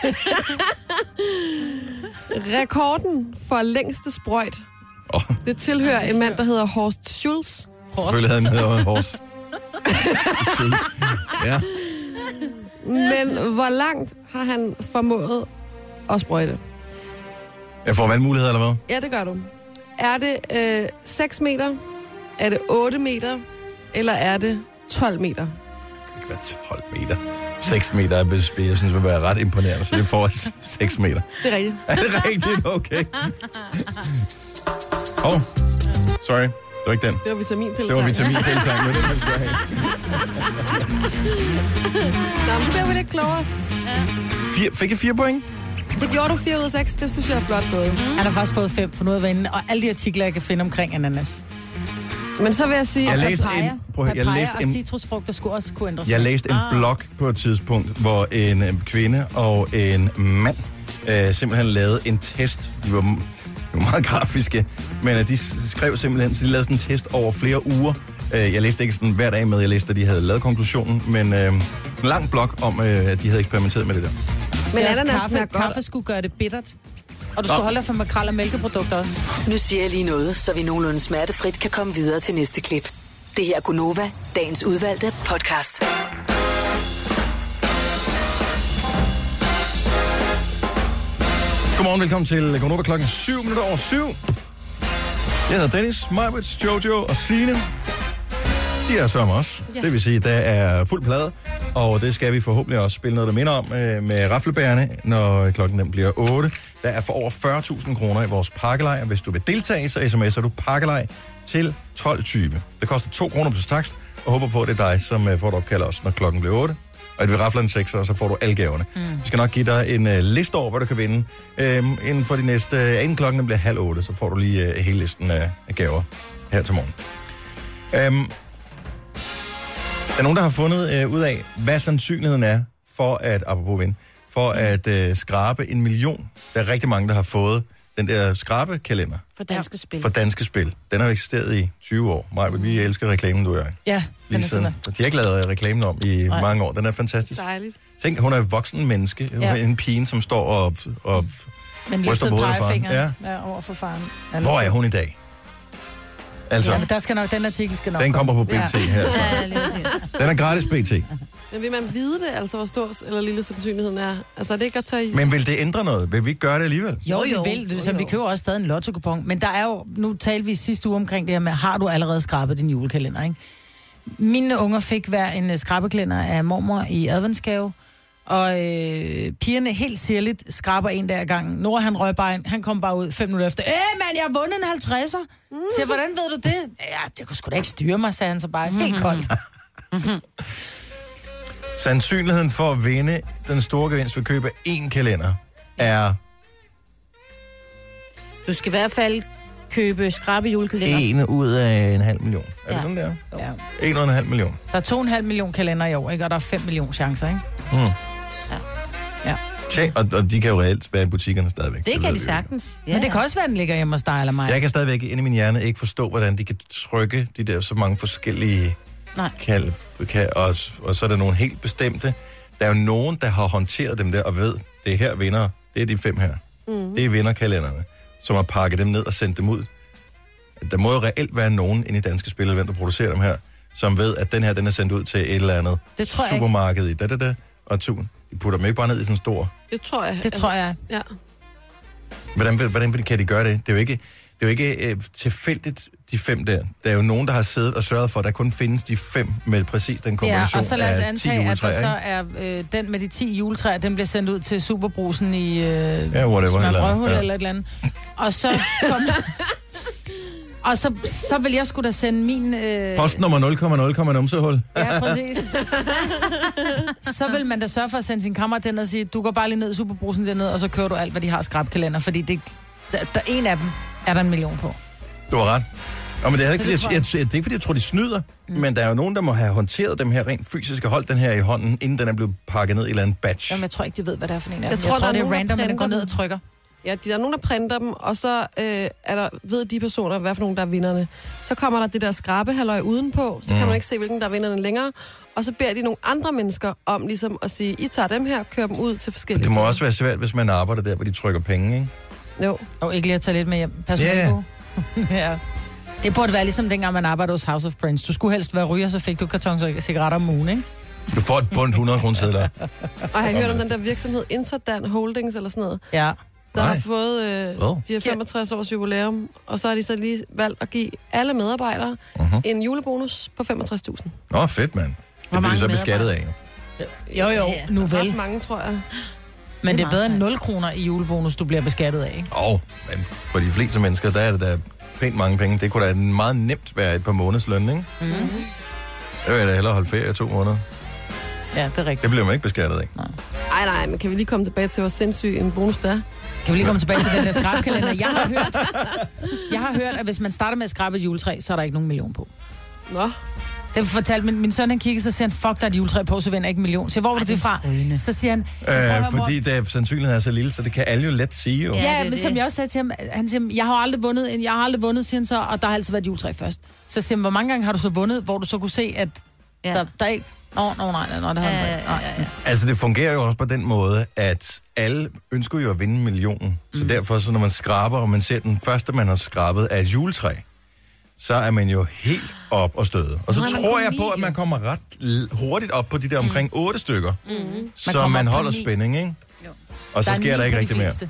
Rekorden for længste sprøjt, Oh, det tilhører en mand, der hedder Horst Schulz. selvfølgelig havde den hedder horse. Ja. Men hvor langt har han formået at sprøjte? Jeg får valgmuligheder, eller hvad? Ja, det gør du. Er det øh, seks meter? Er det otte meter? Eller er det tolv meter? Det kan være tolv meter. seks meter er bedst, jeg synes, vil være ret imponerende, så det får seks meter. Det er rigtigt. Er det rigtigt? Okay. Åh, oh, sorry. Det var ikke den. Det var vitaminpille. Det var vitaminpilsang, men det man skulle have. Nå, men så bliver vi lidt klogere. Fire, fik jeg fire point? Det gjorde du fire ud af seks. Det synes jeg er flot gået. Han har faktisk fået fem for noget af vanen, og alle de artikler, jeg kan finde omkring ananas. Men så vil jeg sige... Jeg at læste Papaya, en, prøv, at høre, jeg papaya læste og en, citrusfrugter skulle også kunne ændres. jeg læste en blog på et tidspunkt, hvor en øh, kvinde og en mand øh, simpelthen lavede en test. De var, de var meget grafiske, men øh, de skrev simpelthen, så de lavede sådan en test over flere uger. Øh, jeg læste ikke sådan hver dag med, jeg læste, at de havde lavet konklusionen, men øh, en lang blog om, øh, at de havde eksperimenteret med det der. Men Men ananas smager kaffe, godt. kaffe skulle gøre det bittert. Og du skulle holde dig for makrel og mælkeprodukter også. Nu siger jeg lige noget, så vi nogenlunde smertefrit kan komme videre til næste klip. Det her er Gunova, dagens udvalgte podcast. Godmorgen, velkommen til Gunova klokken syv minutter over syv. Jeg hedder Dennis, Majbrits, Jojo og Signe. De er som os. Ja. Det vil sige, der er fuld plade, og det skal vi forhåbentlig også spille noget, der minder om øh, med raflebærerne, når klokken den bliver otte. Der er for over fyrre tusind kroner i vores pakkelej, og hvis du vil deltage, så sms'er du pakkelej til tolv tyve. Det koster to kroner plus takst, og håber på, at det er dig, som øh, får et opkald også, når klokken bliver otte. Og at vi rafler en sekser, og så får du alle gaverne. Mm. Vi skal nok give dig en øh, liste over, hvad du kan vinde. Øh, inden for de næste, øh, inden klokken den bliver halv otte, så får du lige øh, hele listen af, af gaver her til morgen. Øh, Der er nogen, der har fundet øh, ud af, hvad sandsynligheden er for at, apropos vind, for at øh, skrabe en million. Der er rigtig mange, der har fået den der skrabekalender For danske spil. for danske spil. Den har jo eksisteret i tyve år. Maja, vi elsker reklamen, du og jeg. Ja, den Lige er siden. sådan. De har ikke lavet reklamen om i Nej. mange år. Den er fantastisk. Dejligt. Tænk, hun er et voksen menneske. Hun Ja. er en pige, som står og, og Men ryster løftede på hovedet af faren. pegefingeren Ja. ja, over for faren. Hvor er hun i dag? Altså, Ja, men der skal nok, den artikel skal nok den kommer på B T Ja. her. Så. Ja, lige præcis. Den er gratis B T. Men vil man vide det, altså hvor stor eller lille sandsynligheden er? Altså er det ikke at tage i? Men vil det ændre noget? Vil vi ikke gøre det alligevel? Jo, Jo, vi jo. vil. Det, Jo, så vi jo. køber også stadig en lotto-kupon. Men der er jo, nu talte vi sidste uge omkring det her med, har du allerede skrabet din julekalender, ikke? Mine unger fik hver en uh, skrabekalender af mormor i adventsgave. Og øh, pigerne helt sirligt skraber en der gang. Nora, han røg bare ind. Han kom bare ud fem minutter efter. Øh, mand, jeg har vundet en halvtredser. Mm. Så hvordan ved du det? Ja, det kunne sgu da ikke styre mig, sagde han så bare. Helt koldt. Sandsynligheden for at vinde den store gevinst ved købe én kalender er Du skal i hvert fald købe skrabe julekalender. en ud af en halv million. Er det Ja. sådan, der? Ja. En ud af en halv million. Der er to komma fem million kalender i år, ikke? Og der er fem millioner chancer, ikke? Mm. Ja. Ja. Tjek, og, og de kan jo reelt være i butikkerne stadigvæk. Det ved kan vi de jo. sagtens. Ja. Men det kan også være, den ligger hjemme hos dig eller mig. Jeg kan stadigvæk inde i min hjerne ikke forstå, hvordan de kan trykke de der så mange forskellige Nej. kald, kan, og, og så er der nogle helt bestemte. Der er jo nogen, der har håndteret dem der og ved, det er her vinder, det er de fem her. Mm. Det er vinderkalenderne, som har pakket dem ned og sendt dem ud. Der må jo reelt være nogen inde i Danske Spil, eller hvem der producerer dem her, som ved, at den her, den er sendt ud til et eller andet Det tror jeg supermarked i da, da, da, og tu. De putter dem ikke bare ned i sådan en stor... Det tror jeg. Det tror jeg. Ja. Hvordan, hvordan kan de gøre det? Det er jo ikke, det er jo ikke øh, tilfældigt, de fem der. Der er jo nogen, der har siddet og sørget for, at der kun findes de fem med præcis den kombination Ja, og så lad os af ti antage, at juletræer, der så er øh, den med de ti juletræer, den bliver sendt ud til Superbrusen i øh, ja, whatever, Smørbrødhul eller, ja. eller et eller andet. Og så kommer... Og så, så vil jeg skulle da sende min... Øh... Postnummer nul komma nul komma numsehul. Ja, præcis. Så vil man da sørge for at sende sin kammerat den og sige, du går bare lige ned i Superbrusen dernede, og så kører du alt, hvad de har i skrabkalender, fordi det, der, der en af dem er der en million på. Du har ret. Og men det er ikke, det fordi, jeg, jeg, jeg, det er ikke, fordi jeg tror, de snyder, mm. men der er jo nogen, der må have håndteret dem her rent fysisk og holdt den her i hånden, inden den er blevet pakket ned i et eller andet batch. Jamen, jeg tror ikke, de ved, hvad det er for en af Jeg dem. tror, Jeg tror, der det er er nogen, random, der men den går printer ned og trykker. Ja, der er nogen, der printer dem, og så øh, er der, ved de personer, hvad for nogen, der er vinderne. Så kommer der det der skrabehalløj udenpå, så mm. kan man ikke se, hvilken der er vinderne længere. Og så beder de nogle andre mennesker om ligesom at sige, I tager dem her, kører dem ud til forskellige Det må steder. også være svært, hvis man arbejder der, hvor de trykker penge, ikke? Jo. Og ikke lige at tage lidt med hjem. Personale Ja. på. Ja. Det burde være ligesom dengang, man arbejdede hos House of Prince. Du skulle helst være ryger, så fik du karton cigaretter om ugen, ikke? Du får et bundt hundrede kroner sedler. Og jeg har hørt om den der virksomhed Interdan Holdings eller sådan noget, Ja. der Nej. har fået øh, Hvad? de her femogtres års jubilæum, og så har de så lige valgt at give alle medarbejdere Uh-huh. en julebonus på femogtres tusind. Nå, fedt, mand. Det bliver de mange så beskattet af. Jo, jo, nu vel. Ret mange, tror jeg. Men det er meget bedre end sejt. nul kroner i julebonus, du bliver beskattet af, ikke? Åh, oh, men for de fleste mennesker, der er det da pænt mange penge. Det kunne da meget nemt være et par måneders løn, ikke? Mm-hmm. Jeg vil da hellere holde ferie i to måneder. Ja, det er rigtigt. Det bliver man ikke beskattet af. Ej, nej, men kan vi lige komme tilbage til, hvor sindssyg en bonus der er? Kan vi lige komme tilbage til den der skrabkalender? Jeg har hørt, jeg har hørt, at hvis man starter med at skrabe et juletræ, så er der ikke nogen million på. Nå. Det fortalte min, min søn, han kiggede, så siger han, fuck, der er et juletræ på, så vinder jeg ikke en million. Så hvor var det det fra? Så siger han... "Prøv at Øh, høre, mor." fordi der sandsynligheden er så lille, så det kan alle jo let sige, jo. Ja, Ja, ja det er men det. som jeg også sagde til ham, han siger, jeg har aldrig vundet, en- jeg har aldrig vundet, siger han så, og der har altid været et juletræ først. Så siger han, hvor mange gange har du så vundet, hvor du så kunne se, at Ja. der, der ikke... Nå, nå, nej, nej, nej, det har han så Ja, ikke. ja, Nej. ja, ja. Altså, det fungerer jo også på den måde, at alle ønsker jo at vinde en million. Så derfor, så når man skraber, og man ser den første, man har skrabet, er et juletræ, så er man jo helt op og støde. Og så Nå, man tror kommer jeg lige, på, at man jo. kommer ret l- hurtigt op på de der omkring otte stykker. Mm-hmm. Så kommer man op på holder ni. spænding, ikke? Jo. Og så er sker der ni ikke på de rigtig mere. fleste.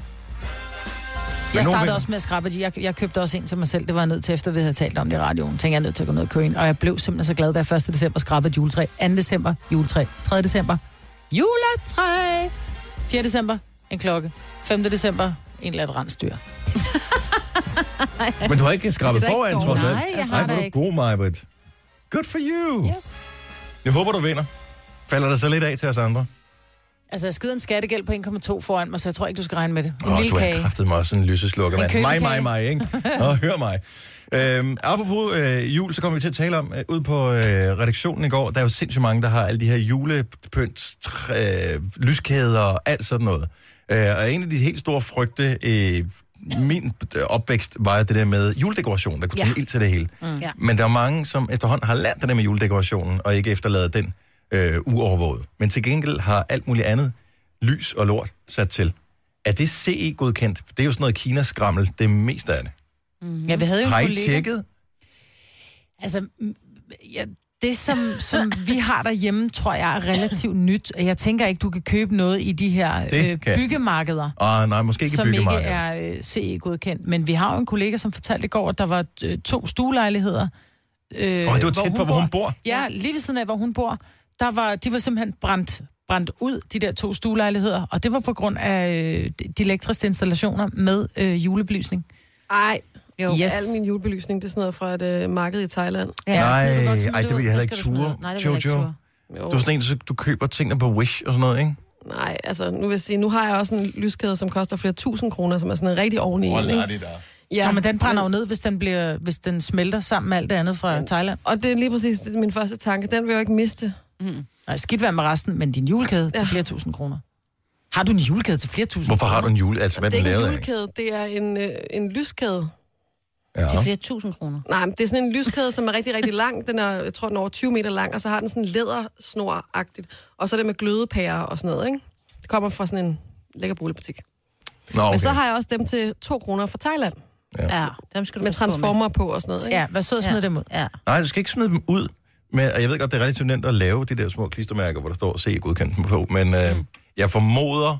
Jeg nogen startede vil- også med at skrabe. Jeg, jeg købte også en til mig selv. Det var jeg nødt til, efter vi havde talt om det i radioen. Tænkte, jeg er nødt til at gå ned og købe en. Og jeg blev simpelthen så glad, da jeg første december skrabede et juletræ. anden december, juletræ. tredje december, juletræ. fjerde december, en klokke. femte december, en eller anden rensdyr. Men du har ikke skrabet Det er da ikke foran, dårligt. trods alt. Nej, jeg har Ej, da hvor er du ikke. god, Majbrit. Good for you. Yes. Jeg håber, du vinder. Falder der så lidt af til os andre? Altså, jeg skyder en skattegæld på en komma to foran mig, så jeg tror ikke, du skal regne med det. En Åh, lille du har kage. kraftet mig også sådan en lyseslukker, En mand. Mig, køkkenkage. mig, mig, ikke? Nå, hør mig. Øhm, apropos øh, jul, så kommer vi til at tale om øh, ud på øh, redaktionen i går. Der er jo sindssygt mange, der har alle de her julepynt, træ, øh, lyskæder og alt sådan noget. Øh, og en af de helt store frygte i min øh, opvækst var det der med juledekoration, der kunne Ja. tænde ild til det hele. Mm. Ja. Men der er mange, som efterhånden har lært det der med juledekorationen, og ikke efterladet den øh, uovervåget. Men til gengæld har alt muligt andet lys og lort sat til. Er det C E-godkendt? Det er jo sådan noget Kina-skrammel, det meste af det. Mm. Ja, vi havde jo en Har I kollega. tjekket? Altså, mm, ja, det som, som vi har derhjemme, tror jeg er relativt nyt. Jeg tænker ikke, du kan købe noget i de her Det øh, kan. byggemarkeder, Ah, nej, måske ikke som ikke byggemarked. er øh, C E-godkendt. Men vi har jo en kollega, som fortalte i går, at der var øh, to stuelejligheder. Øh, Og det var tæt på, hvor hun bor. Ja, lige ved siden af, hvor hun bor. Der var, de var simpelthen brændt, brændt ud, de der to stuelejligheder. Og det var på grund af øh, de elektriske installationer med øh, julebelysning. Ej, jo. Yes. Al min julebelysning, det er sådan noget fra et øh, marked i Thailand. Ja, Nej, det kan du godt smide ej, det ud. vil jeg heller Så ikke skal du smide ture, ud. Nej, det vil jeg ikke Jojo. ture. Jo. Du er sådan en, du, du køber tingene på Wish og sådan noget, ikke? Nej, altså nu vil jeg sige, nu har jeg også en lyskæde, som koster flere tusind kroner, som er sådan en rigtig ordentlig en, ikke? det der. Ja, men den brænder jo ned, hvis den, bliver, hvis den smelter sammen med alt det andet fra Thailand. Og det er lige præcis min første tanke. Den vil jeg jo ikke miste. Mm. Nej, skidt være med resten, men din julekæde ja. til flere tusind kroner. Har du en julekæde til flere tusind Hvorfor kroner? har du en jule? Altså, hvad er Det er den ikke en lavet af? julekæde, det er en, øh, en lyskæde. Ja. Til flere tusind kroner. Nej, men det er sådan en lyskæde, som er rigtig, rigtig lang. Den er, jeg tror, den er over tyve meter lang, og så har den sådan lædersnor-agtigt. Og så er det med glødepærer og sådan noget, ikke? Det kommer fra sådan en lækker boligbutik. Nå, okay. Men så har jeg også dem til to kroner fra Thailand. Ja, dem skal du Med passe på transformer på og sådan noget, ikke? Ja, hvad så smid Ja. dem ud? Ja. Nej, du skal ikke smide dem ud, Men, og jeg ved godt, det er relativt nemt at lave de der små klistermærker, hvor der står C E-godkendt på, men øh, mm. jeg formoder,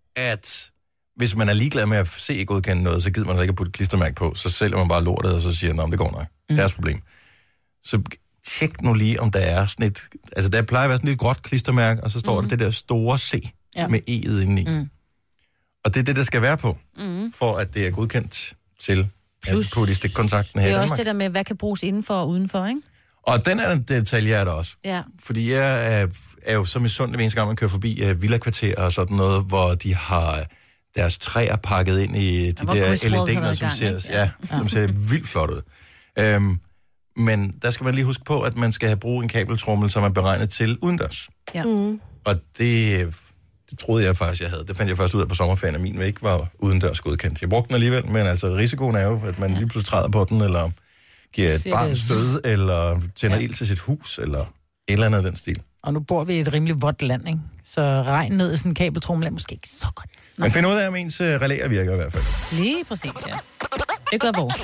at hvis man er ligeglad med at C E-godkende noget, så gider man ikke at putte et klistermærke på, så sælger man bare lortet, og så siger man, det går nok. Mm. Deres problem. Så tjek nu lige, om der er sådan et... Altså, der plejer at være sådan et gråt klistermærke, og så står mm. der det der store C ja. med E'et indeni. Mm. Og det er det, der skal være på, mm. for at det er godkendt til Plus, at putte i stikkontakten her i Danmark. Det er også det der med, hvad kan bruges indenfor og udenfor, ikke? Og den er en detalje, er der også. Ja. Fordi jeg er, er jo så misundelig, hver eneste gang man kører forbi uh, villakvarterer og sådan noget, hvor de har deres træer pakket ind i de der L E D'er, som, ser, ja, ja. som ser vildt flot ud. Um, men der skal man lige huske på, at man skal have brug en kabeltrommel, som er beregnet til udendørs. Ja. Mm. Og det, det troede jeg faktisk, jeg havde. Det fandt jeg først ud af på sommerferien, at min ikke var udendørs godkendt. Jeg brugte den alligevel, men altså risikoen er jo, at man lige pludselig træder på den, eller giver et barn stød, eller tænder ja. ild til sit hus, eller et eller andet af den stil. Og nu bor vi i et rimelig vådt land, ikke? Så regn ned i sådan en kabeltrommel er måske ikke så godt. Man finder ud af, om ens uh, relæer virker i hvert fald. Lige præcis, ja. Det gør vores.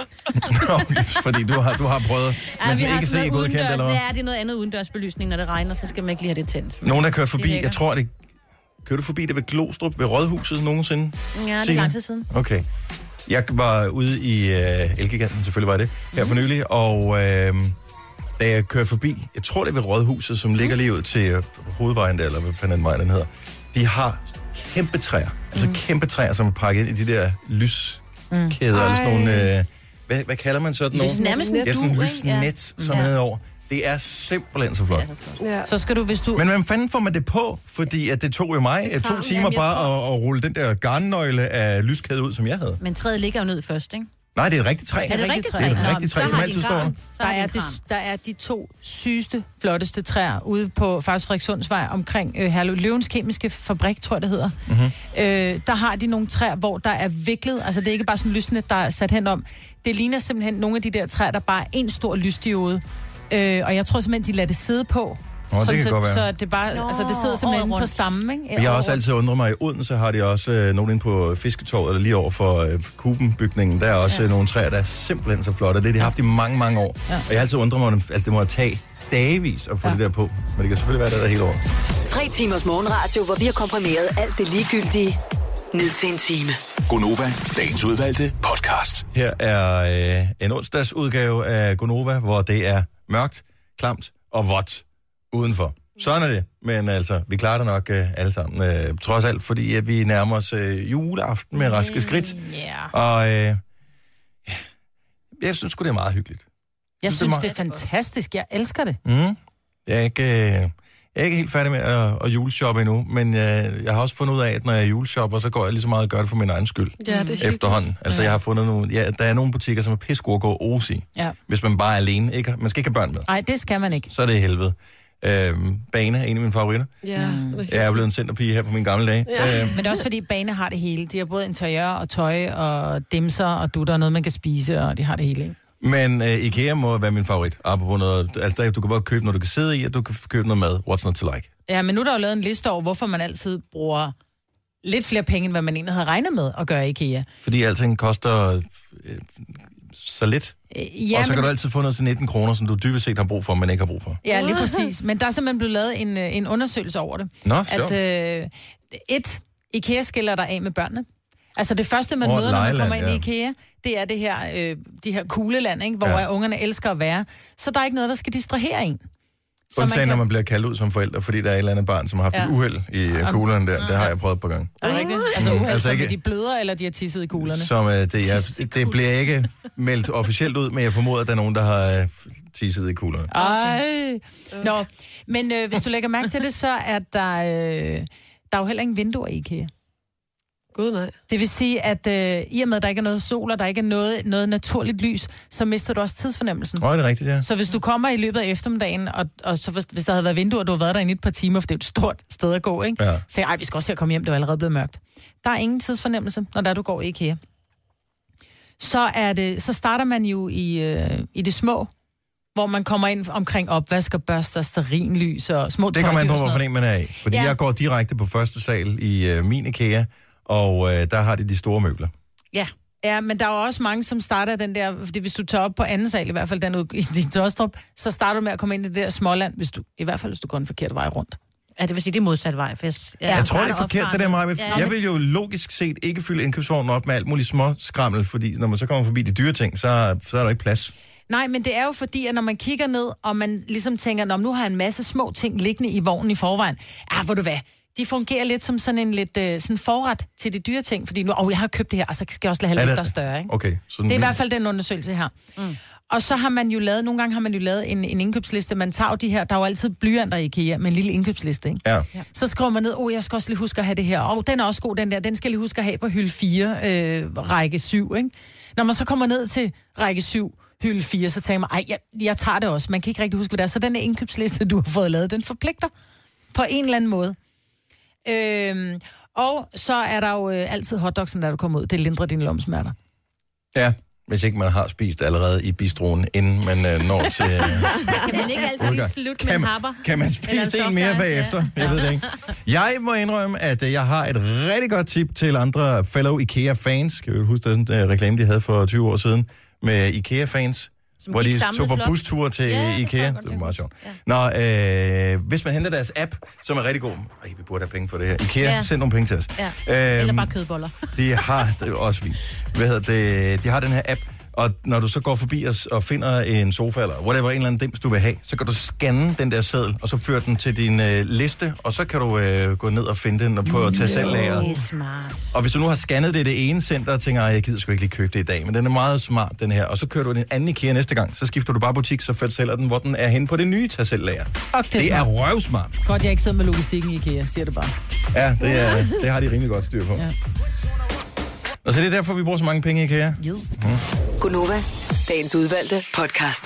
Nå, fordi du har, du har prøvet, ja, men vi ikke se godkendt, eller hvad? Det er, det er noget andet udendørsbelysning, når det regner, så skal man ikke lige have det tændt. Nogen, der kører forbi, jeg tror, det... Kører du forbi det ved Glostrup, ved Rådhuset nogensinde? Ja, det er lang tid siden. Okay. Jeg var ude i uh, Elgiganten, selvfølgelig var det, her mm. for nylig, og uh, da jeg kørte forbi, jeg tror det er ved Rådhuset, som mm. ligger lige ud til uh, hovedvejen der, eller hvad fanden vej den hedder, de har kæmpe træer, altså mm. kæmpe træer, som er pakket ind i de der lyskæder, mm. eller sådan nogle, uh, hvad, hvad kalder man sådan nogle? Nærmest ja, sådan en lysnet, ja. som ja. er over. Det er simpelthen så flot. Ja. Så skal du, hvis du... Men hvem fanden får man det på? Fordi at det tog jo mig det to timer bare tror... at, at rulle den der garnnøgle af lyskæde ud, som jeg havde. Men træet ligger jo ned først, ikke? Nej, det er et rigtigt træ. Er det, det rigtigt træ? Det er et rigtigt træ, som altid står. Der er, de, der er de to sygeste, flotteste træer ude på faktisk Frederikssundsvej omkring øh, Herlev Løvens Kemiske Fabrik, tror jeg det hedder. Mm-hmm. Øh, der har de nogle træer, hvor der er viklet, altså det er ikke bare sådan lysende, der er sat hen om. Det ligner simpelthen nogle af de der træer, der bare er en stor lysdiode. Øh, og jeg tror simpelthen, de lader det sidde på. Nå, sådan, det kan så, godt være. Så det, bare, Nå, altså, det sidder simpelthen på stammen, ikke? Jeg har også altid undret mig, i Odense har de også øh, nogen inde på Fisketorvet, eller lige over for øh, Kuben-bygningen. Der er også ja. øh, nogle træer, der er simpelthen så flotte. Det har de haft i mange, mange år. Ja. Og jeg har altid undret mig, at altså, det må tage dagevis at få ja. det der på. Men det kan selvfølgelig være, der er helt over. Tre timers morgenradio, hvor vi har komprimeret alt det ligegyldige ned til en time. Gonova, dagens udvalgte podcast. Her er øh, en onsdagsudgave af Gonova, hvor det er mørkt, klamt og vådt udenfor. Sådan er det. Men altså, vi klarer det nok øh, alle sammen. Øh, trods alt, fordi at vi nærmer os øh, juleaften med raske skridt. Mm, yeah. Og øh, ja, jeg synes sgu, det er meget hyggeligt. Jeg synes, det er, det er fantastisk. Jeg elsker det. Mm. Jeg, er ikke, øh, jeg er ikke helt færdig med at, at juleshoppe endnu, men øh, jeg har også fundet ud af, at når jeg juleshopper, så går jeg lige så meget at gøre det for min egen skyld. Ja, det er efterhånden. Altså, ja. jeg har fundet nogle... Ja, der er nogle butikker, som er pissegode at gå os i. Ja. Hvis man bare er alene. Ikke? Man skal ikke have børn med. Nej, det skal man ikke. Så er det helvede. Øhm, Bane er en af mine favoritter. Ja. Mm. Jeg er blevet en centerpige her på mine gamle dage. Ja. Øhm. Men det er også fordi Bane har det hele. De har både interiør og tøj og dimser og dutter og noget, man kan spise, og de har det hele, ikke? Men øh, IKEA må være min favorit. Apropos noget, altså, du kan bare købe noget, du kan sidde i, og du kan købe noget mad. What's not to like? Ja, men nu er der jo lavet en liste over, hvorfor man altid bruger lidt flere penge, end hvad man egentlig havde regnet med at gøre i IKEA. Fordi alting koster øh, så lidt. Ja, og så kan men... du altid få noget til nitten kroner, som du dybest set har brug for, men ikke har brug for. Ja, lige præcis. Men der er simpelthen blevet lavet en, en undersøgelse over det. Nå, at øh, et, IKEA skiller dig af med børnene. Altså det første, man oh, møder, når man kommer ind ja. i IKEA, det er det her, øh, de her kugleland, ikke? Hvor ja. ungerne elsker at være. Så der er ikke noget, der skal distrahere en. Undtagen, man kan... når man bliver kaldt ud som forælder, fordi der er et eller andet barn, som har haft ja. et uheld i uh, kuglerne der. Det har jeg prøvet på gang. Er det rigtigt? Altså uheld, altså ikke... som de bløder, eller de har tisset i kuglerne? Som, uh, det, ja, det bliver ikke meldt officielt ud, men jeg formoder, at der er nogen, der har uh, tisset i kuglerne. Ej. Nå, men øh, hvis du lægger mærke til det, så er der, øh, der er jo heller ingen vinduer i IKEA. Gud, nej. Det vil sige, at øh, i og med, at der ikke er noget sol, og der ikke er noget, noget naturligt lys, så mister du også tidsfornemmelsen. Åh, det er rigtigt, ja. Så hvis du kommer i løbet af eftermiddagen, og, og så hvis, hvis der havde været vinduer, og du har været der i et par timer, for det er et stort sted at gå, ikke? Ja. Så ej, vi skal også se at komme hjem, det er allerede blevet mørkt. Der er ingen tidsfornemmelse, når der du går i IKEA. Så, er det, så starter man jo i, øh, i det små, hvor man kommer ind omkring opvask og børster, stearinlys og små tøjdyr. Det kommer man på, hvorfor man er af. Fordi ja. jeg går direkte på første sal i øh, min IKEA, og øh, der har de de store møbler. Ja. Ja, men der er jo også mange, som starter den der, fordi hvis du tager op på anden sal, i hvert fald den ud i din Tåstrup, så starter du med at komme ind i det der småland, hvis du, i hvert fald hvis du går en forkert vej rundt. Ja, det vil sige, det er modsat vej. For jeg, jeg, jeg, jeg tror, det er forkert, det der mig. Ja. Jeg vil jo logisk set ikke fylde indkøbsvognen op med alt muligt små skrammel, fordi når man så kommer forbi de dyre ting, så, så er der ikke plads. Nej, men det er jo fordi, at når man kigger ned, og man ligesom tænker, nå, nu har jeg en masse små ting liggende i vognen i forvejen. Ah, hvor du hvad? De fungerer lidt som sådan en lidt uh, sådan forret til de dyre ting, fordi nu, åh, oh, jeg har købt det her, og så skal jeg også lade have lidt, der er større, ikke? Okay. Så det er i hvert fald den undersøgelse her. Mm. Og så har man jo lavet, nogle gange har man jo lavet en, en indkøbsliste. Man tager jo de her, der er jo altid blyanter i IKEA med en lille indkøbsliste, ikke? Ja. Så skriver man ned, åh, oh, jeg skal også lige huske at have det her. Åh, oh, den er også god, den der. Den skal jeg lige huske at have på hylde fire, øh, række syv, ikke? Når man så kommer ned til række syv, hylde fire, så tænker man, ej, jeg, jeg tager det også. Man kan ikke rigtig huske, hvad det er. Så den indkøbsliste, du har fået lavet, den forpligter på en eller anden måde. Øhm, og så er der jo øh, altid hotdogsen, der du kommer ud. Det lindrer dine lomsmerter. Ja, hvis ikke man har spist allerede i bistroen, inden man øh, når til... Øh, kan man ikke altid lige slutte med en happer? Kan man spise en mere bagefter? Ja. Jeg ved det ikke. Jeg må indrømme, at øh, jeg har et rigtig godt tip til andre fellow IKEA-fans. Kan vi huske den uh, reklame, de havde for tyve år siden med IKEA-fans? Som hvor de tog på flok. bustur til ja, IKEA. Det, det var meget sjovt. Ja. Nå, øh, hvis man henter deres app, som er rigtig god. Ej, vi burde have penge for det her. IKEA, ja. Send nogle penge til os. Ja. Øhm, Eller bare kødboller. De har, det er også fint. Hvad hedder det? De har den her app, og når du så går forbi os og finder en sofa, eller whatever, en eller anden dims, du vil have, så kan du scanne den der seddel, og så føre den til din øh, liste, og så kan du øh, gå ned og finde den og på at tage selv lageret. Det er smart. Og hvis du nu har scannet det i det ene center, og tænker, jeg gider sgu ikke lige købe det i dag, men den er meget smart, den her, og så kører du den anden IKEA næste gang, så skifter du bare butik, så sælger den, hvor den er henne på det nye tag selv lager. Fuck, det, det er røvsmart. Godt, jeg ikke sidder med logistikken i IKEA, siger det bare. Ja, det, er, det har de rimelig godt styr på. Ja. Og så det er derfor, vi bruger så mange penge i IKEA. Yes. Mm. Gunova, dagens udvalgte podcast.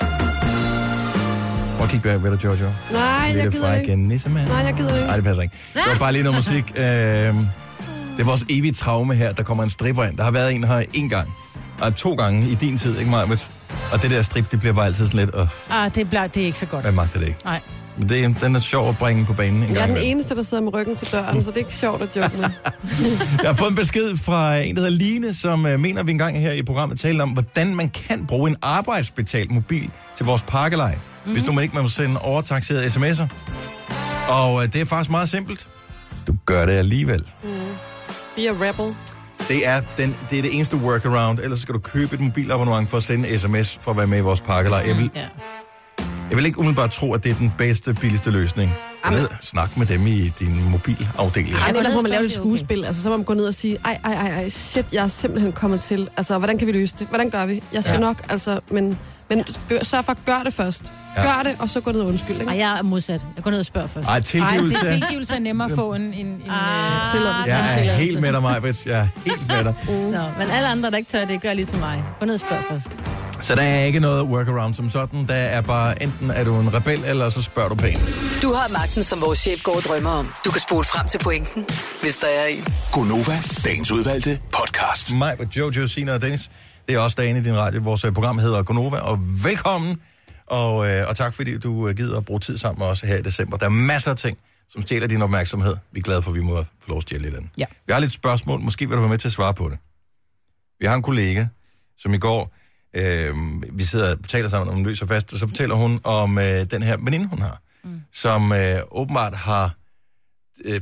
Prøv at kigge bag ved dig, Jojo. Nej, jeg gider ikke. Nissemand. Nej, jeg gider ikke. Nej, det passer ikke. Det var bare lige noget musik. Øh, det er vores evige traume her. Der kommer en stripper ind. Der har været en her en gang. Og to gange i din tid, ikke meget? Og det der strip, det bliver bare altid sådan lidt... Øh, ah, det, bliver, det er ikke så godt. Jeg magter det ikke. Nej. Men det, den er sjov at bringe på banen en jeg gang. Jeg er den med. eneste, der sidder med ryggen til døren, så det er ikke sjovt at joke med. Jeg har fået en besked fra en, der hedder Line, som uh, mener, vi engang her i programmet talte om, hvordan man kan bruge en arbejdsbetalt mobil til vores parkelej, mm-hmm. hvis nu man ikke må sende overtaxerede sms'er. Og uh, det er faktisk meget simpelt. Du gør det alligevel. Mm. Be a rebel. Det er, den, det er det eneste workaround. Ellers skal du købe et mobilabonnement for at sende sms for at være med i vores parkelej. Jeg vil, ja. jeg vil ikke umiddelbart tro, at det er den bedste, billigste løsning. Ved, snak med dem i din mobilafdeling. Ej, ellers må man lave et skuespil. Altså, så må man gå ned og sige, ej, ej, ej, ej, shit, jeg er simpelthen kommet til. Altså, hvordan kan vi løse det? Hvordan gør vi? Jeg skal ja. nok, altså, men, men sørg for at gøre det først. Ja. Gør det, og så gå ned og undskyld, ikke? Ej, jeg er modsat. Jeg går ned og spørger først. Ej, tilgivelse. Ej, det tilgivelse er nemmere at få en, en, en ah, tilladelse. Jeg er helt med dig, Majbrit. Jeg er helt med dig. Mm. Nå, men alle andre, der ikke tør det, gør ligesom mig. Gå ned og spørg først. Så der er ikke noget workaround som sådan. Der er bare, enten er du en rebel, eller så spørger du pænt. Du har magten, som vores chef går og drømmer om. Du kan spole frem til pointen, hvis der er en. Gunova, dagens udvalgte podcast. Majbrit, Jojo, Sina og Dennis. Det er også dagen i din radio. Vores program hedder Gunova, og velkommen. Og, øh, og tak fordi du gider at bruge tid sammen med os her i december. Der er masser af ting, som stjæler din opmærksomhed. Vi er glade for, at vi må få lov at stjæle lidt af den. Ja. Vi har lidt spørgsmål. Måske vil du være med til at svare på det. Vi har en kollega, som i går, øh, vi sidder og taler sammen om løs og fast, og så fortæller hun om øh, den her veninde, hun har, mm. som øh, åbenbart har øh,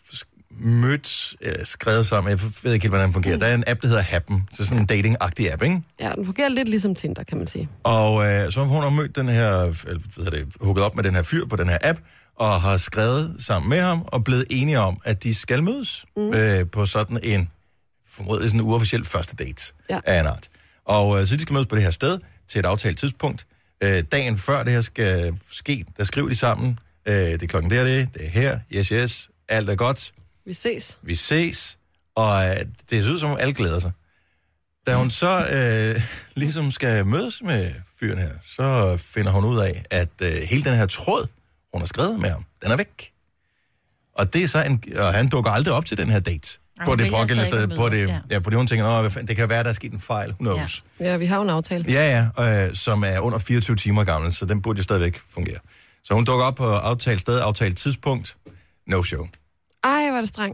mødt, øh, skrevet sammen, jeg ved ikke helt, hvordan den fungerer. Mm. Der er en app, der hedder Happen, så sådan en dating-agtig app, ikke? Ja, den fungerer lidt ligesom Tinder, kan man sige. Og øh, så hun har mødt den her, eller hvad hedder det, hugget op med den her fyr på den her app, og har skrevet sammen med ham, og blevet enige om, at de skal mødes mm. øh, på sådan en, formodentlig sådan en uofficiel første date ja. af en art. Og øh, så de skal mødes på det her sted, til et aftalt tidspunkt. Øh, dagen før det her skal ske, der skriver de sammen, øh, det er klokken der, det, det er her, yes, yes, alt er godt. Vi ses. Vi ses, og øh, det ser ud som, alle glæder sig. Da hun så øh, ligesom skal mødes med fyren her, så finder hun ud af, at øh, hele den her tråd, hun har skrevet med ham, den er væk. Og det er så en, og han dukker aldrig op til den her date. Ej, på det pågældende sted, på det, ja. ja, fordi hun tænker, Nå, det kan være, der er sket en fejl, who knows. Ja, ja vi har jo en aftale. Ja, ja, øh, som er under fireogtyve timer gammel, så den burde jo stadigvæk fungere. Så hun dukker op på aftalt sted, aftalt tidspunkt, no show. Ej, var det strengt.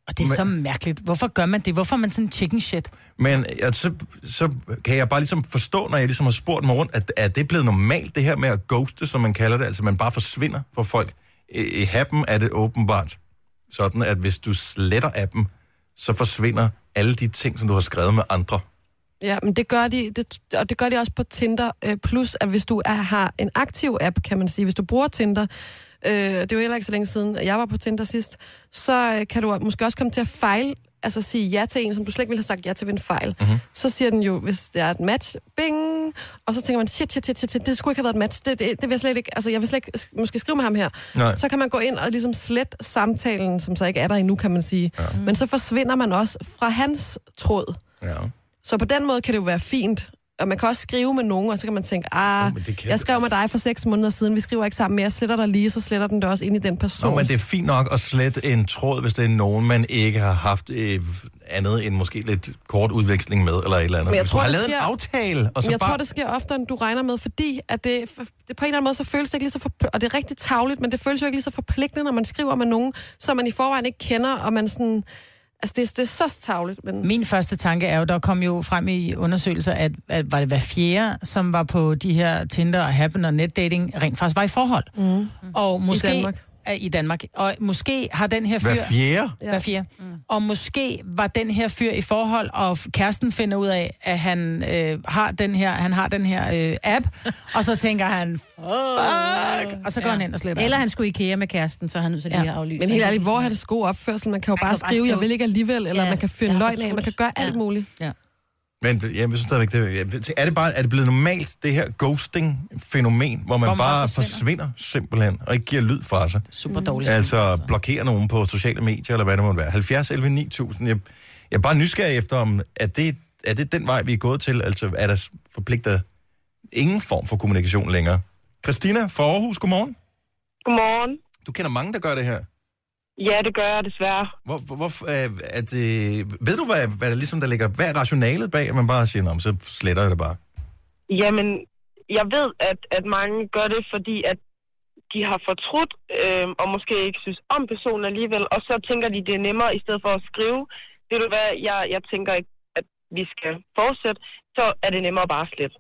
Og det er men, så mærkeligt. Hvorfor gør man det? Hvorfor er man sådan chicken shit? Men ja, så, så kan jeg bare ligesom forstå, når jeg ligesom har spurgt mig rundt, at er det blevet normalt, det her med at ghoste, som man kalder det, altså man bare forsvinder fra folk. I, i appen er det åbenbart sådan, at hvis du sletter appen, så forsvinder alle de ting, som du har skrevet med andre. Ja, men det gør de, det, og det gør de også på Tinder. Øh, plus, at hvis du er, har en aktiv app, kan man sige, hvis du bruger Tinder, øh, det er jo heller ikke så længe siden, at jeg var på Tinder sidst, så øh, kan du måske også komme til at fejle, altså sige ja til en, som du slet ikke ville have sagt ja til ved en fejl. Mm-hmm. Så siger den jo, hvis det er et match, bing, og så tænker man, shit, shit, shit, shit, shit det skulle ikke have været et match, det, det, det vil jeg slet ikke, altså jeg vil slet ikke måske skrive med ham her. Nej. Så kan man gå ind og ligesom slet samtalen, som så ikke er der endnu, kan man sige. Ja. Men så forsvinder man også fra hans tråd. Ja. Så på den måde kan det jo være fint. Og man kan også skrive med nogen, og så kan man tænke, ah, oh, jeg skrev med dig for seks måneder siden, vi skriver ikke sammen, men jeg sletter dig lige, så sletter den det også ind i den person. Nå, men det er fint nok at slette en tråd, hvis det er nogen, man ikke har haft øh, andet end måske lidt kort udveksling med, eller et eller andet. Men jeg hvis tror, du har lavet sker, en aftale, og så jeg bare... tror, det sker oftere, end du regner med, fordi at det, det på en eller anden måde, så føles det ikke lige så forpl- og det er rigtig tarveligt, men det føles jo ikke lige så forpligtende, når man skriver med nogen, som man i forvejen ikke kender, og man sådan... Altså, det, det er så tarveligt, men... Min første tanke er jo, der kom jo frem i undersøgelser, at, at var det hver fjerde, som var på de her Tinder og Happen og netdating, rent faktisk var i forhold. Mm. Og måske... I Danmark. I Danmark. Og måske har den her fyr... Hver fjerde? Hver fjerde. Mm. Og måske var den her fyr i forhold, og kæresten finder ud af, at han øh, har den her, han har den her øh, app, og så tænker han, fuck, og så går ja. han ind og sletter. Eller han skulle IKEA med kæresten, så han så lige ja. har aflyst. Men helt ærligt, hvor har det god opførsel? Man kan jo bare, bare skrive, jeg vil ikke alligevel, eller ja. man kan fyre en løgn af, man kan gøre alt ja. muligt. Ja. Men jeg synes stadigvæk, det, er det bare er det blevet normalt, det her ghosting-fænomen, hvor man, hvor man bare forsvinder. forsvinder simpelthen, og ikke giver lyd fra sig? Super dårligt. Altså, altså blokerer nogen på sociale medier, eller hvad det må være. halvfjerds elleve ni tusind. Jeg, jeg er bare nysgerrig efter, om er det, er det den vej, vi er gået til? Altså, er der forpligtet ingen form for kommunikation længere? Christina fra Aarhus, godmorgen. Godmorgen. Du kender mange, der gør det her. Ja, det gør jeg desværre. Hvor, hvor, hvor, at, øh, ved du, hvad, hvad der ligesom der ligger, hvad er rationalet bag, at man bare siger, om så sletter jeg det bare? Jamen, jeg ved, at, at mange gør det, fordi at de har fortrudt, øh, og måske ikke synes om personen alligevel, og så tænker de, det er nemmere, i stedet for at skrive. Ved du hvad, jeg, jeg tænker ikke, at vi skal fortsætte, så er det nemmere bare at slette.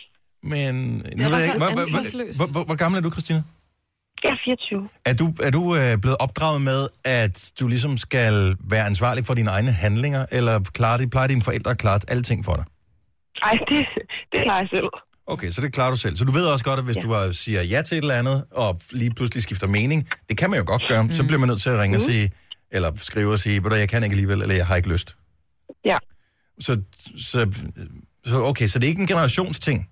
Men, nu ved jeg ikke, hvor, hvor, hvor, hvor, hvor gammel er du, Christina? Jeg er fireogtyve. Er du, er du øh, blevet opdraget med, at du ligesom skal være ansvarlig for dine egne handlinger, eller klarer de, plejer dine forældre at klare alting for dig? Nej, det, det klarer jeg selv. Okay, så det klarer du selv. Så du ved også godt, at hvis ja. du siger ja til et eller andet, og lige pludselig skifter mening, det kan man jo godt gøre, mm. så bliver man nødt til at ringe mm. og sige, eller skrive og sige, jeg kan ikke alligevel, eller jeg har ikke lyst. Ja. Så, så, så okay, så det er ikke en generationsting?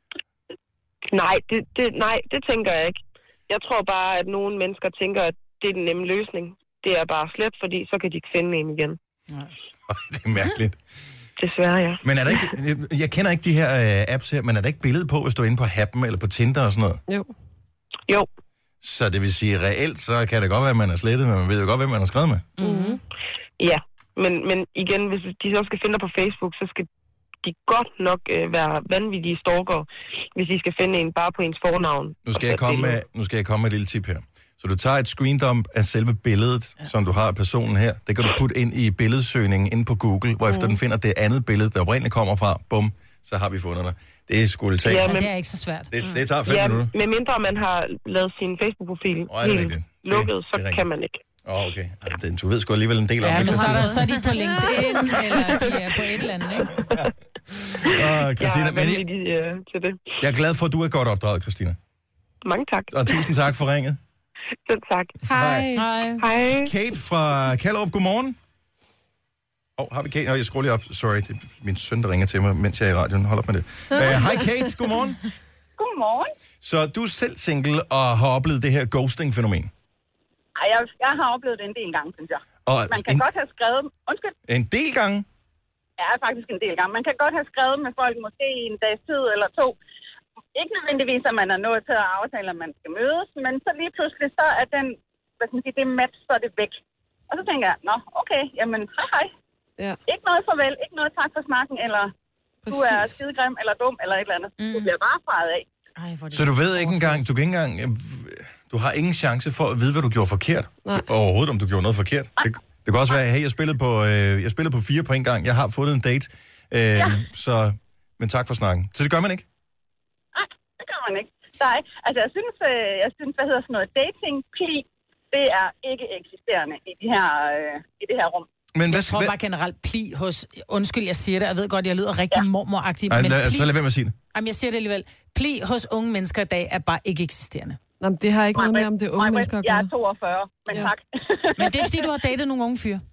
Nej, det, det, nej, det tænker jeg ikke. Jeg tror bare, at nogle mennesker tænker, at det er den nemme løsning. Det er bare slet, fordi så kan de ikke finde en igen. Nej. Det er mærkeligt. Desværre, ja. Men er der ikke, jeg kender ikke de her uh, apps her, men er der ikke billede på, hvis du er inde på Happen eller på Tinder og sådan noget? Jo. Jo. Så det vil sige, reelt, så kan det godt være, at man er slettet, men man ved jo godt, hvem man har skrevet med. Mm-hmm. Ja, men, men igen, hvis de så skal finde dig på Facebook, så skal de godt nok øh, være vanvittige stalker, hvis de skal finde en bare på ens fornavn. Nu skal, jeg komme med, nu skal jeg komme med et lille tip her. Så du tager et screendump af selve billedet, ja. som du har af personen her. Det kan du putte ind i billedsøgningen inde på Google, hvor efter mm. den finder det andet billede, der oprindeligt kommer fra. Bum, så har vi fundet dig. Det skulle tage. Ja, men det er ikke så svært. Det, det tager fem ja, minutter. Med mindre man har lavet sin Facebook-profil oh, helt lukket, så det kan man ikke. Åh, oh, okay. Altså, du ved sgu alligevel en del om ja, det. Ja, men så er, der, så er de på LinkedIn, eller de er på et eller andet, ikke? Åh, Christina, men jeg, uh, til det. jeg er glad for, at du er godt opdraget, Christina. Mange tak. Og tusind tak for ringet. Selv tak. Hej. Hej. Hej. Kate fra Kallerup, godmorgen. Åh, oh, har vi Kate? Nå, jeg skruer lige op. Sorry, det er min søn, der ringer til mig, mens jeg er i radioen. Hold op med det. Hej uh, Kate, godmorgen. Godmorgen. Så du er selv single og har oplevet det her ghosting-fænomen? Ej, jeg, jeg har oplevet det en del gange, synes jeg. Og man kan en, godt have skrevet... Undskyld. En del gange? Ja, faktisk en del gange. Man kan godt have skrevet med folk måske i en dags tid eller to. Ikke nødvendigvis, at man er nået til at aftale, at man skal mødes, men så lige pludselig, så er den, hvad skal man sige, det match, så er det væk. Og så tænker jeg, nå, okay, jamen, hej hej. Ja. Ikke noget farvel, ikke noget tak for snakken, eller præcis. Du er skidegrim, eller dum, eller et eller andet. Mm. Du bliver bare faret af. Ej, så du ved ikke engang, du kan ikke engang, du har ingen chance for at vide, hvad du gjorde forkert. Nej. Overhovedet, om du gjorde noget forkert. Det, Det kan også være, hey, jeg spillede på, øh, jeg spillede på fire på en gang. Jeg har fundet en date. Øh, ja. Så, men tak for snakken. Så det gør man ikke? Nej, det gør man ikke. Der er, altså, jeg synes, øh, jeg synes, hvad hedder sådan noget dating-pli, det er ikke eksisterende i, de her, øh, i det her rum. Men hvad, jeg tror bare generelt pli hos... Undskyld, jeg siger det. Jeg ved godt, jeg lyder rigtig ja. mormoragtig. Ej, men lad, pli, så lad være med at sige det. Jamen, jeg siger det alligevel. Pli hos unge mennesker i dag er bare ikke eksisterende. Jamen, det har ikke noget med, om det er unge mennesker at gøre. Jeg er toogfyrre, men ja. tak. Men det er, fordi du har datet nogle unge fyre.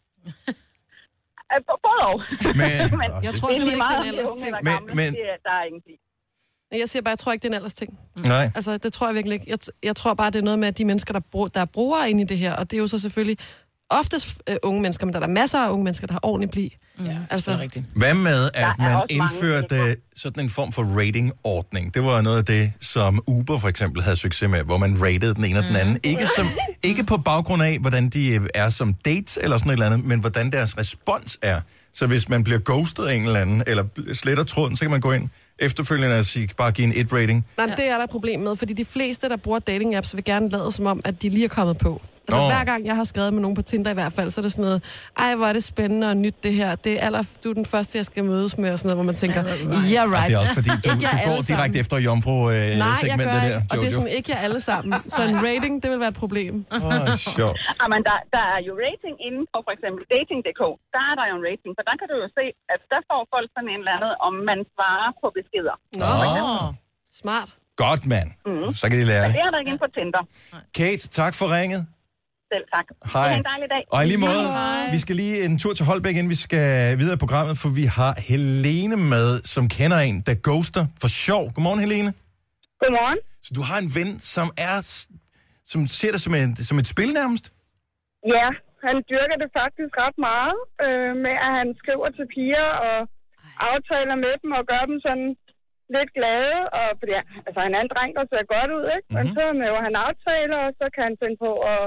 Både og. Men, men jeg tror simpelthen ikke, det er en alders ting. Men, men, der er ingenting. Jeg siger bare, jeg tror ikke, det er en alders ting. Mm. Nej. Altså, det tror jeg virkelig ikke. Jeg, jeg tror bare, det er noget med, at de mennesker, der, brug, der er brugere inde i det her, og det er jo så selvfølgelig oftest øh, unge mennesker, men der er der masser af unge mennesker, der har ordentligt bli. Ja, altså, rigtigt. Hvad med, at man indførte mange, sådan en form for ratingordning? Det var noget af det, som Uber for eksempel havde succes med, hvor man ratede den ene og den anden. Ikke, som, ikke på baggrund af, hvordan de er som dates eller sådan et eller andet, men hvordan deres respons er. Så hvis man bliver ghostet af en eller anden, eller sletter tråden, så kan man gå ind efterfølgende og sige, bare give en et-rating. Nej, det er der et problem med, fordi de fleste, der bruger dating-apps, vil gerne lade som om, at de lige er kommet på. Altså oh. hver gang, jeg har skrevet med nogen på Tinder i hvert fald, så er det sådan noget, ej, hvor er det spændende og nyt det her. Det er aller, du er den første, jeg skal mødes med, og sådan noget, hvor man tænker, yeah, right. Og det er også fordi, du, du går direkte efter jomfru-segmentet øh, Nej, jeg gør der. ikke, og det er sådan, ikke jer alle sammen. Så en rating, det vil være et problem. Åh, oh, sjovt. Jamen, der, der er jo rating inden på for eksempel dating punktum d k. Der er der jo en rating, for der kan du jo se, at der får folk sådan en eller andet, om man svarer på beskeder. Nå, oh. Smart. Godt, mand. Mm. Så kan de lære det. Men det er der ikke inde på Tinder. Kate, tak for ringet. Selv tak. Hej. Det er en dejlig dag. Og i lige måde, vi skal lige en tur til Holbæk, inden vi skal videre i programmet, for vi har Helene med, som kender en, der ghoster for sjov. Godmorgen, Helene. Godmorgen. Så du har en ven, som er, som ser det som, en, som et spil nærmest? Ja, han dyrker det faktisk ret meget, øh, med at han skriver til piger og aftaler med dem og gør dem sådan lidt glade. Og, fordi, altså, han er en dreng, der ser godt ud, ikke? Mm-hmm. Men så laver han aftaler, og så kan han finde på at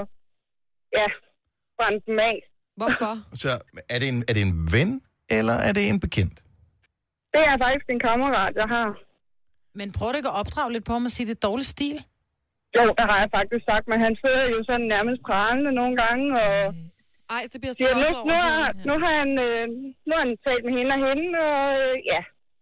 ja, brænde dem af. Hvorfor? Så er det, en, er det en ven, eller er det en bekendt? Det er faktisk en kammerat, jeg har. Men prøv du ikke at opdrage lidt på ham og sige, det er dårlig stil? Jo, det har jeg faktisk sagt, men han sidder jo sådan nærmest pralende nogle gange, og ej, det bliver ja, nu, over. Nu har, nu har han, øh, nu har han talt med hende og hende, og øh, ja.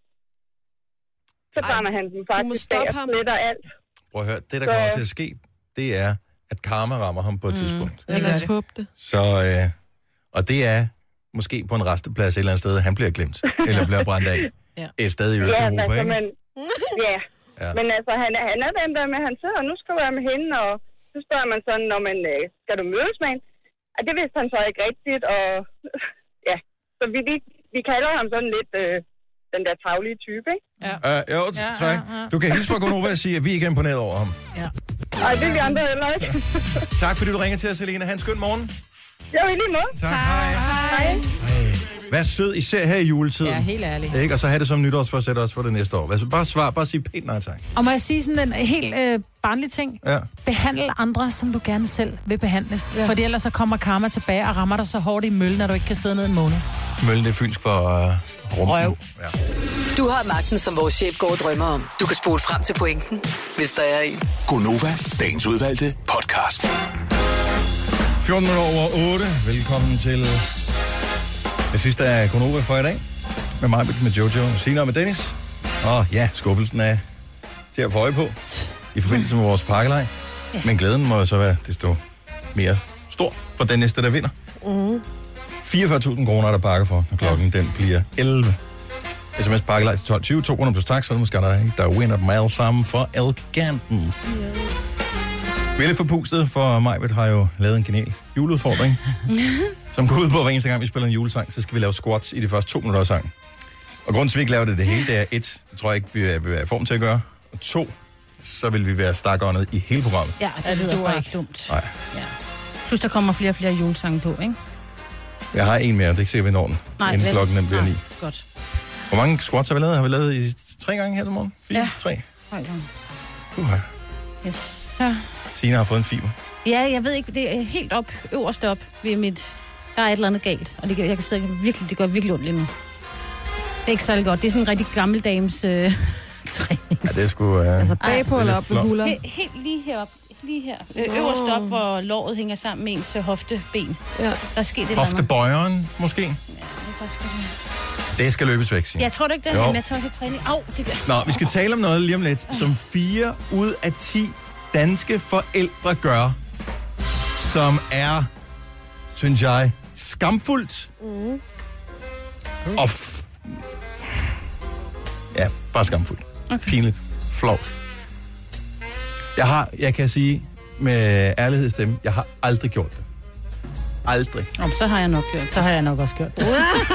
Så brænder han dem faktisk af og splitter alt. Prøv at høre, det der så kommer til at ske, det er, at karma rammer ham på et mm, tidspunkt. Ja, lad os håbe det. Så, øh, og det er måske på en resteplads et eller andet sted, han bliver glemt, eller bliver brændt af. Ja. Et sted i Østeuropa, ja, altså, ikke? Men, ja. ja, men altså, han, han er den der med, han sidder, og nu skriver jeg med hende, og så spørger man sådan, når man, øh, skal du mødes med hende? Og det vidste han så ikke rigtigt, og ja, så vi, vi, vi kalder ham sådan lidt øh, den der taglige type, ikke? Ja. Uh, jo, ja, tak. Ja, ja. Du kan hilse fra Gunova og sige, at vi ikke er imponeret over ham. Ja. Ej, det er vi andre heller ikke. Tak fordi du ringer til os, Helene. Ha' en skøn morgen. Jo, i lige måde. Tak, hej. Hej. Hej. Vær sød, især her i juletiden. Ja, helt ærligt. Ikke? Og så have det som nytårsforsæt også for det næste år. Altså, bare svar, bare sig pænt nej tak. Og må jeg sige sådan en helt øh, barnlig ting? Ja. Behandle andre, som du gerne selv vil behandles. Ja. Fordi ellers så kommer karma tilbage og rammer dig så hårdt i møllen, at du ikke kan sidde ned en måned. Møllen er fynsk for uh, rumpen. Røv. Ja. Du har magten, som vores chef går og drømmer om. Du kan spole frem til pointen, hvis der er en. Gonova, dagens udvalgte podcast. fjorten over otte. Velkommen til det sidste af Gonova for i dag. Med mig, med Jojo, Signe og med Dennis. Og ja, skuffelsen er til at få øje på i forbindelse med vores pakkelej. Ja. Men glæden må så være desto mere stor for den næste, der vinder. Mm. fireogfyrre tusind kroner er der pakke for, når klokken ja. den bliver elleve. S M S pakkelej til tolv tyve, to kroner plus tax, så er det måske der, der vinder dem alle sammen for Elgiganten. Yes. Vi er lidt forpustet, for Majbet har jo lavet en genial juleudfordring, som går ud på, hver eneste gang vi spiller en julesang, så skal vi lave squats i de første to minutter af sangen. Og grunden til, at vi ikke laver det det hele, det er et, det tror jeg ikke, vi vil være i form til at gøre, og to, så vil vi være stakåndet i hele programmet. Ja, det, det lyder bare ikke dumt. Nej. Ja. Plus der kommer flere og flere julesange på, ikke? Jeg har en mere, det er ikke sikkert, vi når den, Nej, inden vel. klokken den bliver Nej, ni. Godt. Hvor mange squats har vi lavet? Har vi lavet i tre gange her til morgen? Fire? Ja. Tre? Høj gang. Uh-huh. Yes. Ja. Signe har fået en fiber. Ja, jeg ved ikke, det er helt op, øverst op ved mit... Der er et eller andet galt, og det, jeg kan sidde virkelig, det gør virkelig ondt lige nu. Det er ikke særlig godt. Det er sådan en rigtig gammeldames øh, træning. Ja, det er sgu... Uh... Altså bagpå eller op ved huller? Helt, helt lige herop. lige her. Øh, øverst op, hvor låret hænger sammen med ens hofteben. Ja. Der er sket et Hoftebøjeren, måske? Ja, det er faktisk godt. Det skal løbes væk, Signe. Jeg tror du ikke, det er, jeg tager også træning. Au, det gør. Nå, vi skal tale om noget lige om lidt, som fire ud af ti danske forældre gør, som er, synes jeg, skamfuldt. Mm. Og f- ja, bare skamfuldt. Okay. Pinligt. Flovt. Jeg har, jeg kan sige med ærlighed i stemme, jeg har aldrig gjort det. Aldrig. Om, så har jeg nok gjort. Så har jeg nok også gjort det.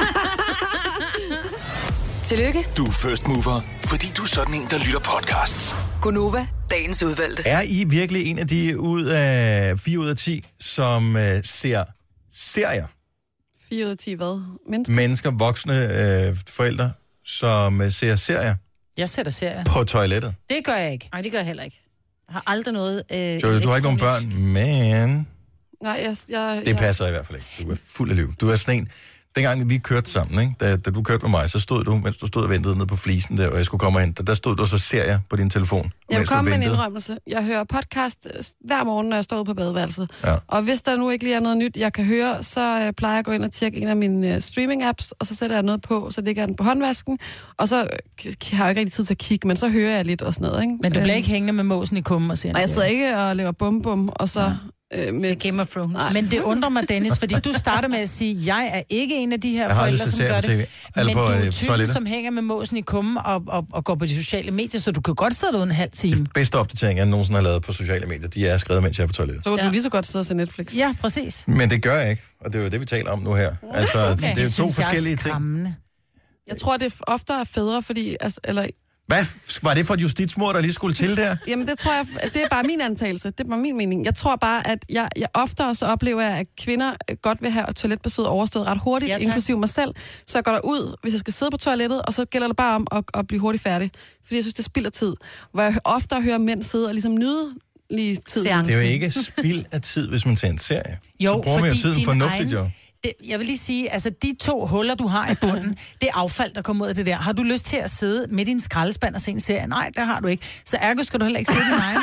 Tillykke, Du er first mover, fordi du er sådan en, der lytter podcasts. Gunova, dagens udvalgte. Er I virkelig en af de ud af fire ud af ti, som øh, ser serier? fire ud af ti hvad? Mennesker? Mennesker, voksne øh, forældre, som øh, ser serier Jeg sætter serier. på toilettet. Det gør jeg ikke. Nej, det gør jeg heller ikke. Jeg har aldrig noget... Øh, Jo, du har ikke nogen børn, men Nej, jeg... jeg det passer i hvert fald ikke. Du er fuld af liv. Du er sådan en... Dengang vi kørte sammen, ikke? Da, da du kørte med mig, så stod du, mens du stod og ventede nede på flisen der, og jeg skulle komme hen, der, der stod du så serier på din telefon. Jeg vil komme med en indrømmelse. Jeg hører podcast øh, hver morgen, når jeg står ude på badeværelset. Ja. Og hvis der nu ikke lige er noget nyt, jeg kan høre, så øh, plejer jeg at gå ind og tjekke en af mine øh, streaming-apps, og så sætter jeg noget på, så ligger den på håndvasken, og så øh, har jeg ikke rigtig tid til at kigge, men så hører jeg lidt og sådan noget. Ikke? Men du bliver ikke hængende med måsen i kummen og ser en Og jeg sidder serie. ikke og laver bum-bum, og så... Øh, med Game of Thrones. Men det undrer mig, Dennis, fordi du starter med at sige, jeg er ikke en af de her Jeg har aldrig forældre, set som gør serier det. på T V. Eller Men på, du øh, er på typen, toilettet. som hænger med måsen i kummen og, og, og går på de sociale medier, så du kan godt sidde derude en halv time. Det bedste opdatering, jeg nogensinde har lavet på sociale medier, de er skrevet, mens jeg er på toilettet. Så kan Ja. du lige så godt sidde og se Netflix. Ja, præcis. Men det gør jeg ikke, og det er jo det, vi taler om nu her. Altså, okay. det er jo to synes jeg forskellige er ting. skræmmende. Jeg tror, det ofte er fædre, fordi... Altså, eller, Hvad? Var det for et justitsmord, der lige skulle til der? jamen, det tror jeg... Det er bare min antagelse. Det er bare min mening. Jeg tror bare, at jeg, jeg oftere så oplever, jeg, at kvinder godt vil have toiletbesøget overstået ret hurtigt, Ja, ja, tak. inklusive mig selv. Så jeg går derud, hvis jeg skal sidde på toilettet, og så gælder det bare om at, at blive hurtigt færdig. Fordi jeg synes, det spilder tid. Hvor jeg oftere hører mænd sidde og ligesom nyde lige tiden. Seance. Det er jo ikke spild af tid, hvis man ser en serie. Jo, så bruger man jo fordi tiden din fornuftigt, egen- jo. Det, jeg vil lige sige, altså de to huller, du har i bunden, det er affald, der kommer ud af det der. Har du lyst til at sidde midt i en skraldespand og se en serie? Nej, det har du ikke. Så ergo skal du heller ikke se din egen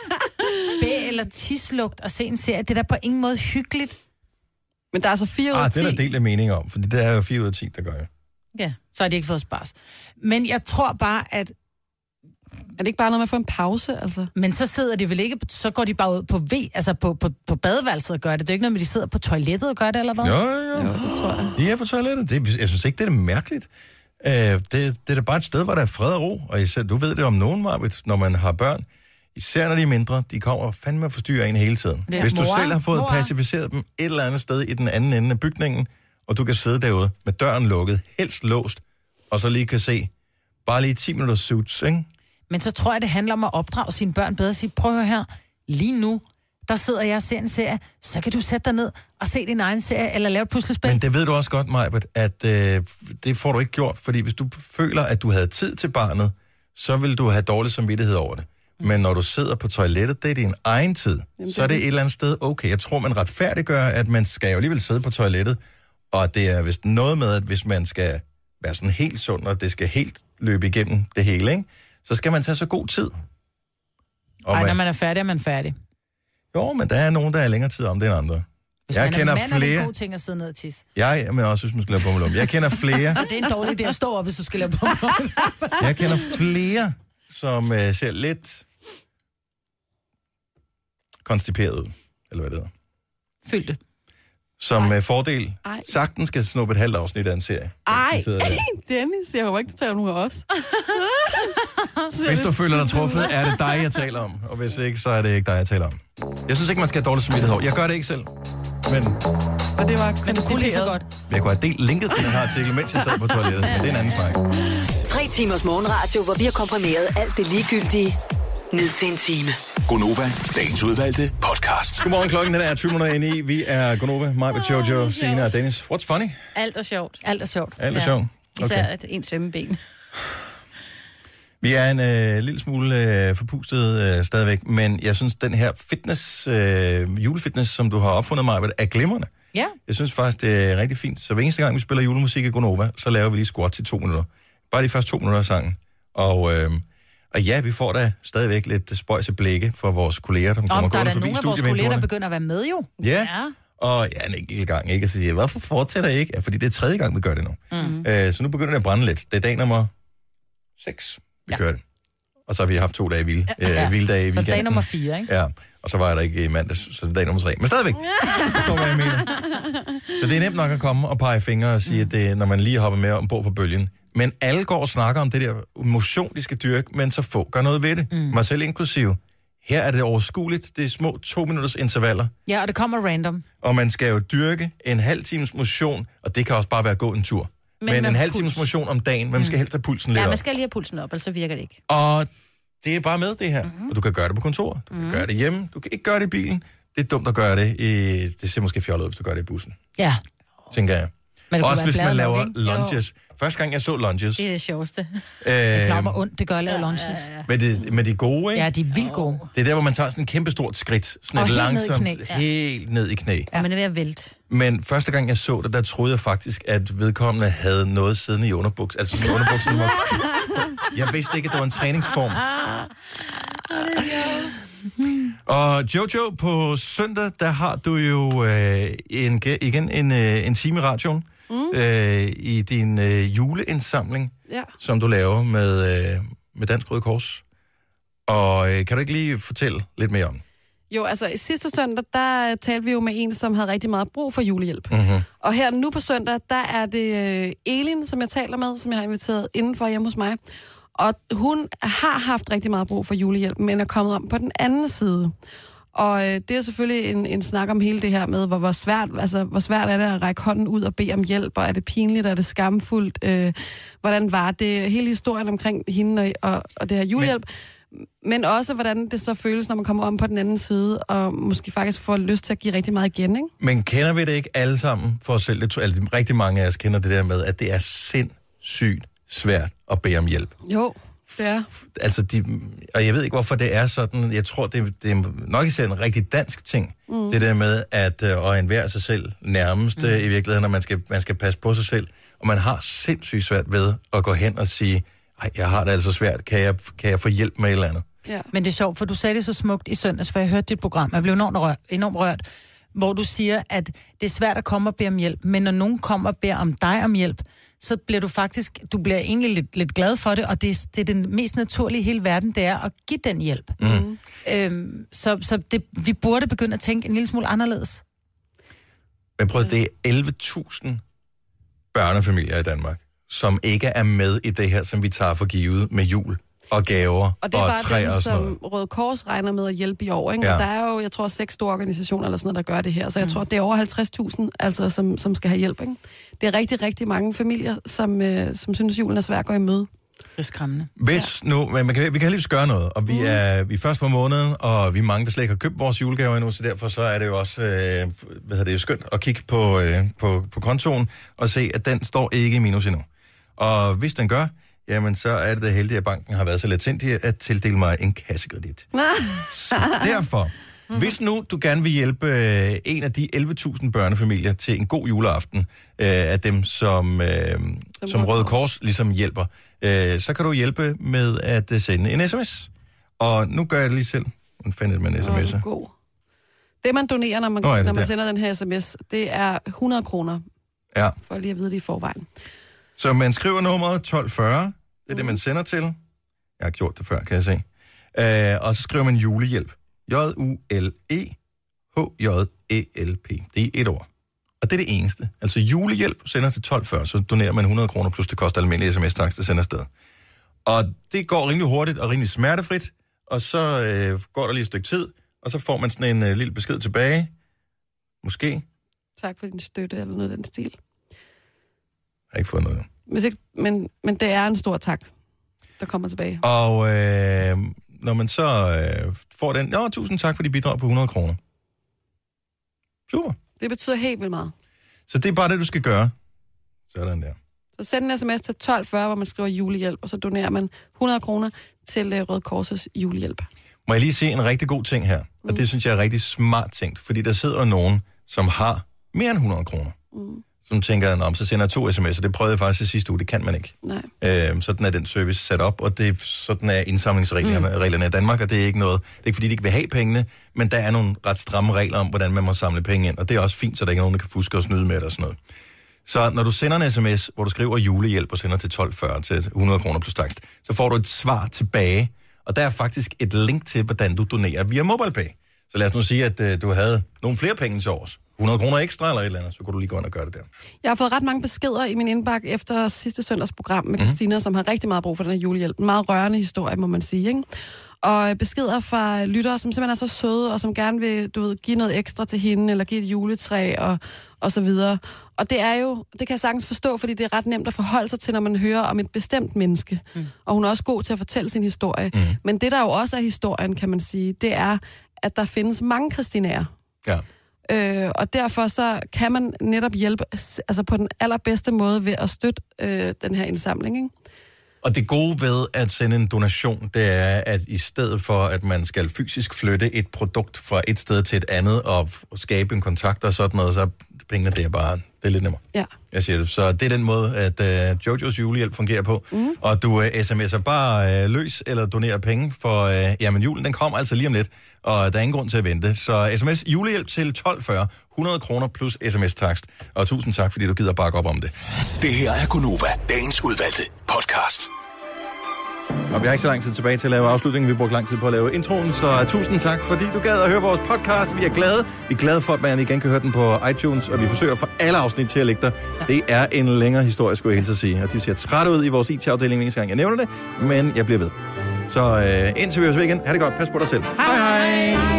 bæ- eller tislugt og se en serie. Det er da på ingen måde hyggeligt. Men der er altså fire ud Ah, af det er ti. der delt af mening om, for det er jo fire ud af ti, der gør jeg. Ja. Så har de ikke fået spars. Men jeg tror bare, at Er det ikke bare noget med at få en pause, altså? men så sidder de vel ikke, så går de bare ud på V, altså på, på, på badeværelset og gør det. Det er ikke noget med, de sidder på toilettet og gør det, eller hvad? Jo, jo. Jo, det tror jeg. De er på toilettet. Det, jeg synes ikke, det er mærkeligt. Øh, det, det er da bare et sted, hvor der er fred og ro. Og især, du ved det om nogen, Marvitt, når man har børn. Især når de er mindre, de kommer fandme og forstyrrer en hele tiden. Ja. Hvis du Mor, selv har fået mor. pacificeret dem et eller andet sted i den anden ende af bygningen, og du kan sidde derude med døren lukket, helst låst, og så lige kan se bare lige ti minutter suits, ikke? Men så tror jeg, det handler om at opdrage sine børn bedre og sige, prøv at høre her, lige nu, der sidder jeg og ser en serie, så kan du sætte dig ned og se din egen serie, eller lave et puslespil. Men det ved du også godt, Majbert, at øh, det får du ikke gjort, fordi hvis du føler, at du havde tid til barnet, så vil du have dårlig samvittighed over det. Men når du sidder på toilettet, det er din egen tid, Jamen, så er det et eller andet sted okay. Jeg tror, man retfærdiggør, at man skal jo alligevel sidde på toilettet, og det er vist noget med, at hvis man skal være sådan helt sund, og det skal helt løbe igennem det hele, ikke? Så skal man tage så god tid. Og Ej, når man, man er færdig, er man færdig. jo, men der er nogen, der er længere tid om det end andre. Hvis Jeg man kender er mand, er det flere- en god ting at sidde ned og tisse. Jeg, men også hvis man skal lave bummelum. Jeg kender flere, Og det er en dårlig idé at stå op, hvis du skal lave på. jeg kender flere, som øh, ser lidt konstiperet ud, eller hvad det hedder. Fyld det. Som med fordel Ej. sagtens skal snuppe et halvt afsnit af en serie. Ej, De sidder der. Dennis, jeg håber ikke, du taler nu af os. Hvis du føler dig truffet, er det dig, jeg taler om. Og hvis ikke, så er det ikke dig, jeg taler om. Jeg synes ikke, man skal have dårlig samvittighed over. Jeg gør det ikke selv. Men Og det var Men du kunne lige så konstiperet. godt. jeg kunne have delt linket til den her artikel, mens jeg sad på toilettet. Men det er en anden snak. Tre timers morgenradio, hvor vi har komprimeret alt det ligegyldige ned til en time. Gonova, dagens udvalgte podcast. Godmorgen, klokken den er tyve minutter ind i. Vi er Gunova, mig med Jojo, Sina og Dennis. What's funny? Alt er sjovt. Alt er sjovt. Alt er Ja. sjovt. Især Okay. et en svømmeben. Vi er en øh, lille smule øh, forpustet øh, stadigvæk, men jeg synes, den her fitness, øh, julefitness, som du har opfundet, mig, er glimrende. Ja. Jeg synes faktisk, det er rigtig fint. Så hver eneste gang, vi spiller julemusik i Gonova, så laver vi lige squats i to minutter. Bare de første to minutter af sangen. Og, øh, Og ja, vi får da stadigvæk lidt spøjse blikke fra vores kolleger, der kommer Om der er gående der forbi nogle af vores kolleger, der studievinduerne. begynder at være med jo. Ja, Ja. og ja, en enkelt gang, ikke? Og så siger jeg, hvorfor fortsætter I ikke? Ja, fordi det er tredje gang, vi gør det nu. Mm. Øh, så nu begynder det at brænde lidt. Det er dag nummer seks, vi Ja. kører det. Og så har vi haft to dage hvile, Ja. øh, hviledage i Så weekenden. dag nummer fire, ikke? Ja, og så var jeg der ikke i mandags, så det er dag nummer tre. Men stadigvæk, forstår hvad jeg mener. Så det er nemt nok at komme og pege fingre og sige, at det er, når man lige hopper med ombord på bølgen. Men alle går og snakker om det der motion, de skal dyrke, men så få gør noget ved det. Mm. Mig selv inklusive. Her er det overskueligt. Det er små to minutters intervaller. Ja, og det kommer random. Og man skal jo dyrke en halv times motion, og det kan også bare være at gå en tur. Men, men en med halv puls. times motion om dagen, men man skal helst have pulsen lidt Ja, op. man skal lige have pulsen op, ellers så virker det ikke. Og det er bare med det her. Mm-hmm. Og du kan gøre det på kontor, du kan mm. gøre det hjemme, du kan ikke gøre det i bilen. Det er dumt at gøre det i... Det ser måske fjollet ud, hvis du gør det i bussen, Ja. tænker jeg. Men det kunne Også være hvis man bladet laver nok, ikke? lunges. Første gang jeg så lunges, Det er det sjoveste. øh, Det klarer mig ondt, det gør at lave lunches. med, det, med de gode, ikke? Ja, de er vildt gode. Det er der, hvor man tager sådan et kæmpestort skridt. Sådan Og et helt ned i langsomt, knæ. Ja. helt ned i knæ. Ja, man er ved at vælte. Men første gang jeg så det, der troede jeg faktisk, at vedkommende havde noget siddende i underbuks. Altså sådan underbukserne var... Jeg vidste ikke, at det var en træningsform. Og Jojo, på søndag, der har du jo øh, en, igen en, øh, en time i radioen mm. øh, i din øh, juleindsamling, Ja. som du laver med, øh, med Dansk Røde Kors. Og øh, kan du ikke lige fortælle lidt mere om det? Jo, altså sidste søndag, der talte vi jo med en, som havde rigtig meget brug for julehjælp. Mm-hmm. Og her nu på søndag, der er det øh, Elin, som jeg taler med, som jeg har inviteret indenfor hjemme hos mig. Og hun har haft rigtig meget brug for julehjælp, men er kommet om på den anden side. Og øh, det er selvfølgelig en, en snak om hele det her med, hvor, hvor, svært, altså, hvor svært er det at række hånden ud og bede om hjælp, og er det pinligt, er det skamfuldt, øh, hvordan var det, hele historien omkring hende og, og, og det her julehjælp, men, men også hvordan det så føles, når man kommer om på den anden side, og måske faktisk får lyst til at give rigtig meget igen, ikke? Men kender vi det ikke alle sammen for os selv? Det, altså, rigtig mange af os kender det der med, at det er sindssygt svært at bede om hjælp. Jo, det er. Altså, de, og jeg ved ikke, hvorfor det er sådan. Jeg tror, det, det er nok især en rigtig dansk ting. Mm. Det der med at øh, at enhver sig selv nærmest mm. i virkeligheden, når man skal, man skal passe på sig selv. Og man har sindssygt svært ved at gå hen og sige, ej, jeg har det altså svært. Kan jeg, kan jeg få hjælp med et eller andet? Ja. Men det er sjovt, for du sagde det så smukt i søndags, for jeg hørte dit program. Jeg blev enormt rørt, enormt rørt, hvor du siger, at det er svært at komme og bede om hjælp, men når nogen kommer og beder om dig om hjælp, så bliver du faktisk, du bliver egentlig lidt, lidt glad for det, og det er, det er den mest naturlige i hele verden, det er at give den hjælp. Mm. Øhm, så så det, vi burde begynde at tænke en lille smule anderledes. Men prøv, det er elleve tusind børnefamilier i Danmark, som ikke er med i det her, som vi tager for givet med jul og gaver Og det er og bare træer dem, og sådan som noget. Røde Kors regner med at hjælpe i år, ikke? Ja. Ja. Der er jo, jeg tror, seks store organisationer eller sådan noget, der gør det her. Så jeg tror, det er over halvtreds tusind, altså, som, som skal have hjælp, ikke? Det er rigtig, rigtig mange familier, som, øh, som synes, julen er svær at gå i møde. Det er skræmmende. Hvis ja. nu, men man kan, vi kan heldigvis gøre noget, og vi mm. er, vi er først på måneden, og vi er mange, der slet ikke har købt vores julegaver endnu, så derfor så er det jo også øh, hvad hedder det, skønt at kigge på, øh, på, på kontoen og se, at den står ikke i minus endnu. Og hvis den gør, jamen så er det da heldigt, at banken har været så let sindig at tildele mig en kassekredit. Så derfor, hvis nu du gerne vil hjælpe øh, en af de elleve tusind børnefamilier til en god juleaften, øh, af dem, som, øh, som, som Røde Kors ligesom hjælper, øh, så kan du hjælpe med at øh, sende en sms. Og nu gør jeg det lige selv. Hvordan fandt man en sms'er? God. Det, man donerer, når man, Nå, når man der. sender den her sms, det er hundrede kroner, Ja. for lige at vide det i forvejen. Så man skriver nummeret tolv fyrre, det er mm. det, man sender til. Jeg har gjort det før, kan jeg se. Øh, og så skriver man julehjælp. J U L E H J E L P. Det er et ord. Og det er det eneste. Altså julehjælp sender til tolv fyrre, så donerer man hundrede kroner, plus det koster almindelig sms-takst, der sender afsted. Og det går rimelig hurtigt og rimelig smertefrit, og så øh, går der lige et stykke tid, og så får man sådan en øh, lille besked tilbage. Måske. Tak for din støtte, eller noget af den stil. Jeg har ikke fået noget. Hvis ikke, men, men det er en stor tak, der kommer tilbage. Og øh, når man så øh, får den, ja, tusind tak for de bidrag på hundrede kroner. Super. Det betyder helt vildt meget. Så det er bare det, du skal gøre. Sådan der. Så send en sms til tolv fyrre, hvor man skriver julehjælp, og så donerer man hundrede kroner til uh, Røde Kors' julehjælp. Må jeg lige se en rigtig god ting her? Og det synes jeg er rigtig smart tænkt, fordi der sidder nogen, som har mere end hundrede kroner. Mm. som tænker, om så sender jeg to sms'er. Det prøvede jeg faktisk i sidste uge, det kan man ikke. Nej. Øh, sådan er den service sat op, og det, sådan er indsamlingsreglerne mm. reglerne i Danmark, og det er ikke noget, det er ikke fordi, de ikke vil have pengene, men der er nogle ret stramme regler om, hvordan man må samle penge ind, og det er også fint, så der ikke er nogen, der kan fuske og snyde med det og sådan noget. Så når du sender en sms, hvor du skriver julehjælp og sender til tolv fyrre til hundrede kroner plus takst, så får du et svar tilbage, og der er faktisk et link til, hvordan du donerer via MobilePay. Så lad os nu sige, at øh, du havde nogle flere penge til års. hundrede kroner ekstra eller et eller andet, så kunne du lige gå ind og gøre det der. Jeg har fået ret mange beskeder i min indbakke efter sidste søndags program med Christina, mm. som har rigtig meget brug for den her julehjælp. En meget rørende historie, må man sige, ikke? Og beskeder fra lyttere, som simpelthen er så søde, og som gerne vil, du ved, give noget ekstra til hende, eller give et juletræ, og, og så videre. Og det er jo, det kan jeg sagtens forstå, fordi det er ret nemt at forholde sig til, når man hører om et bestemt menneske. Mm. Og hun er også god til at fortælle sin historie. Mm. Men det, der jo også er historien, kan man sige, det er, at der findes mange Christinæer. Ja. Øh, og derfor så kan man netop hjælpe altså på den allerbedste måde ved at støtte øh, den her indsamling, ikke? Og det gode ved at sende en donation, det er, at i stedet for, at man skal fysisk flytte et produkt fra et sted til et andet og skabe en kontakt og sådan noget, så er pengene det er bare, det er lidt nemmere. Ja. Jeg siger det. Så det er den måde, at uh, Jojos julehjælp fungerer på. Mm. Og du uh, sms'er bare uh, løs eller donerer penge, for uh, jamen julen, den kommer altså lige om lidt, og der er ingen grund til at vente. Så sms julehjælp til tolv fyrre, hundrede kroner plus sms-takst. Og tusind tak, fordi du gider bakke op om det. Det her er Gunova, dagens udvalgte podcast. Og vi har ikke så lang tid tilbage til at lave afslutningen. Vi brugte lang tid på at lave introen, så tusind tak, fordi du gad at høre vores podcast. Vi er glade. Vi er glade for, at man igen kan høre den på iTunes, og vi forsøger for alle afsnit til at lægge der. Det er en længere historie, skulle jeg helt sige. Og de ser trætte ud i vores I T-afdeling, hver gang jeg nævner det, men jeg bliver ved. Så øh, indtil vi høres ved igen. Ha' det godt. Pas på dig selv. Hej hej.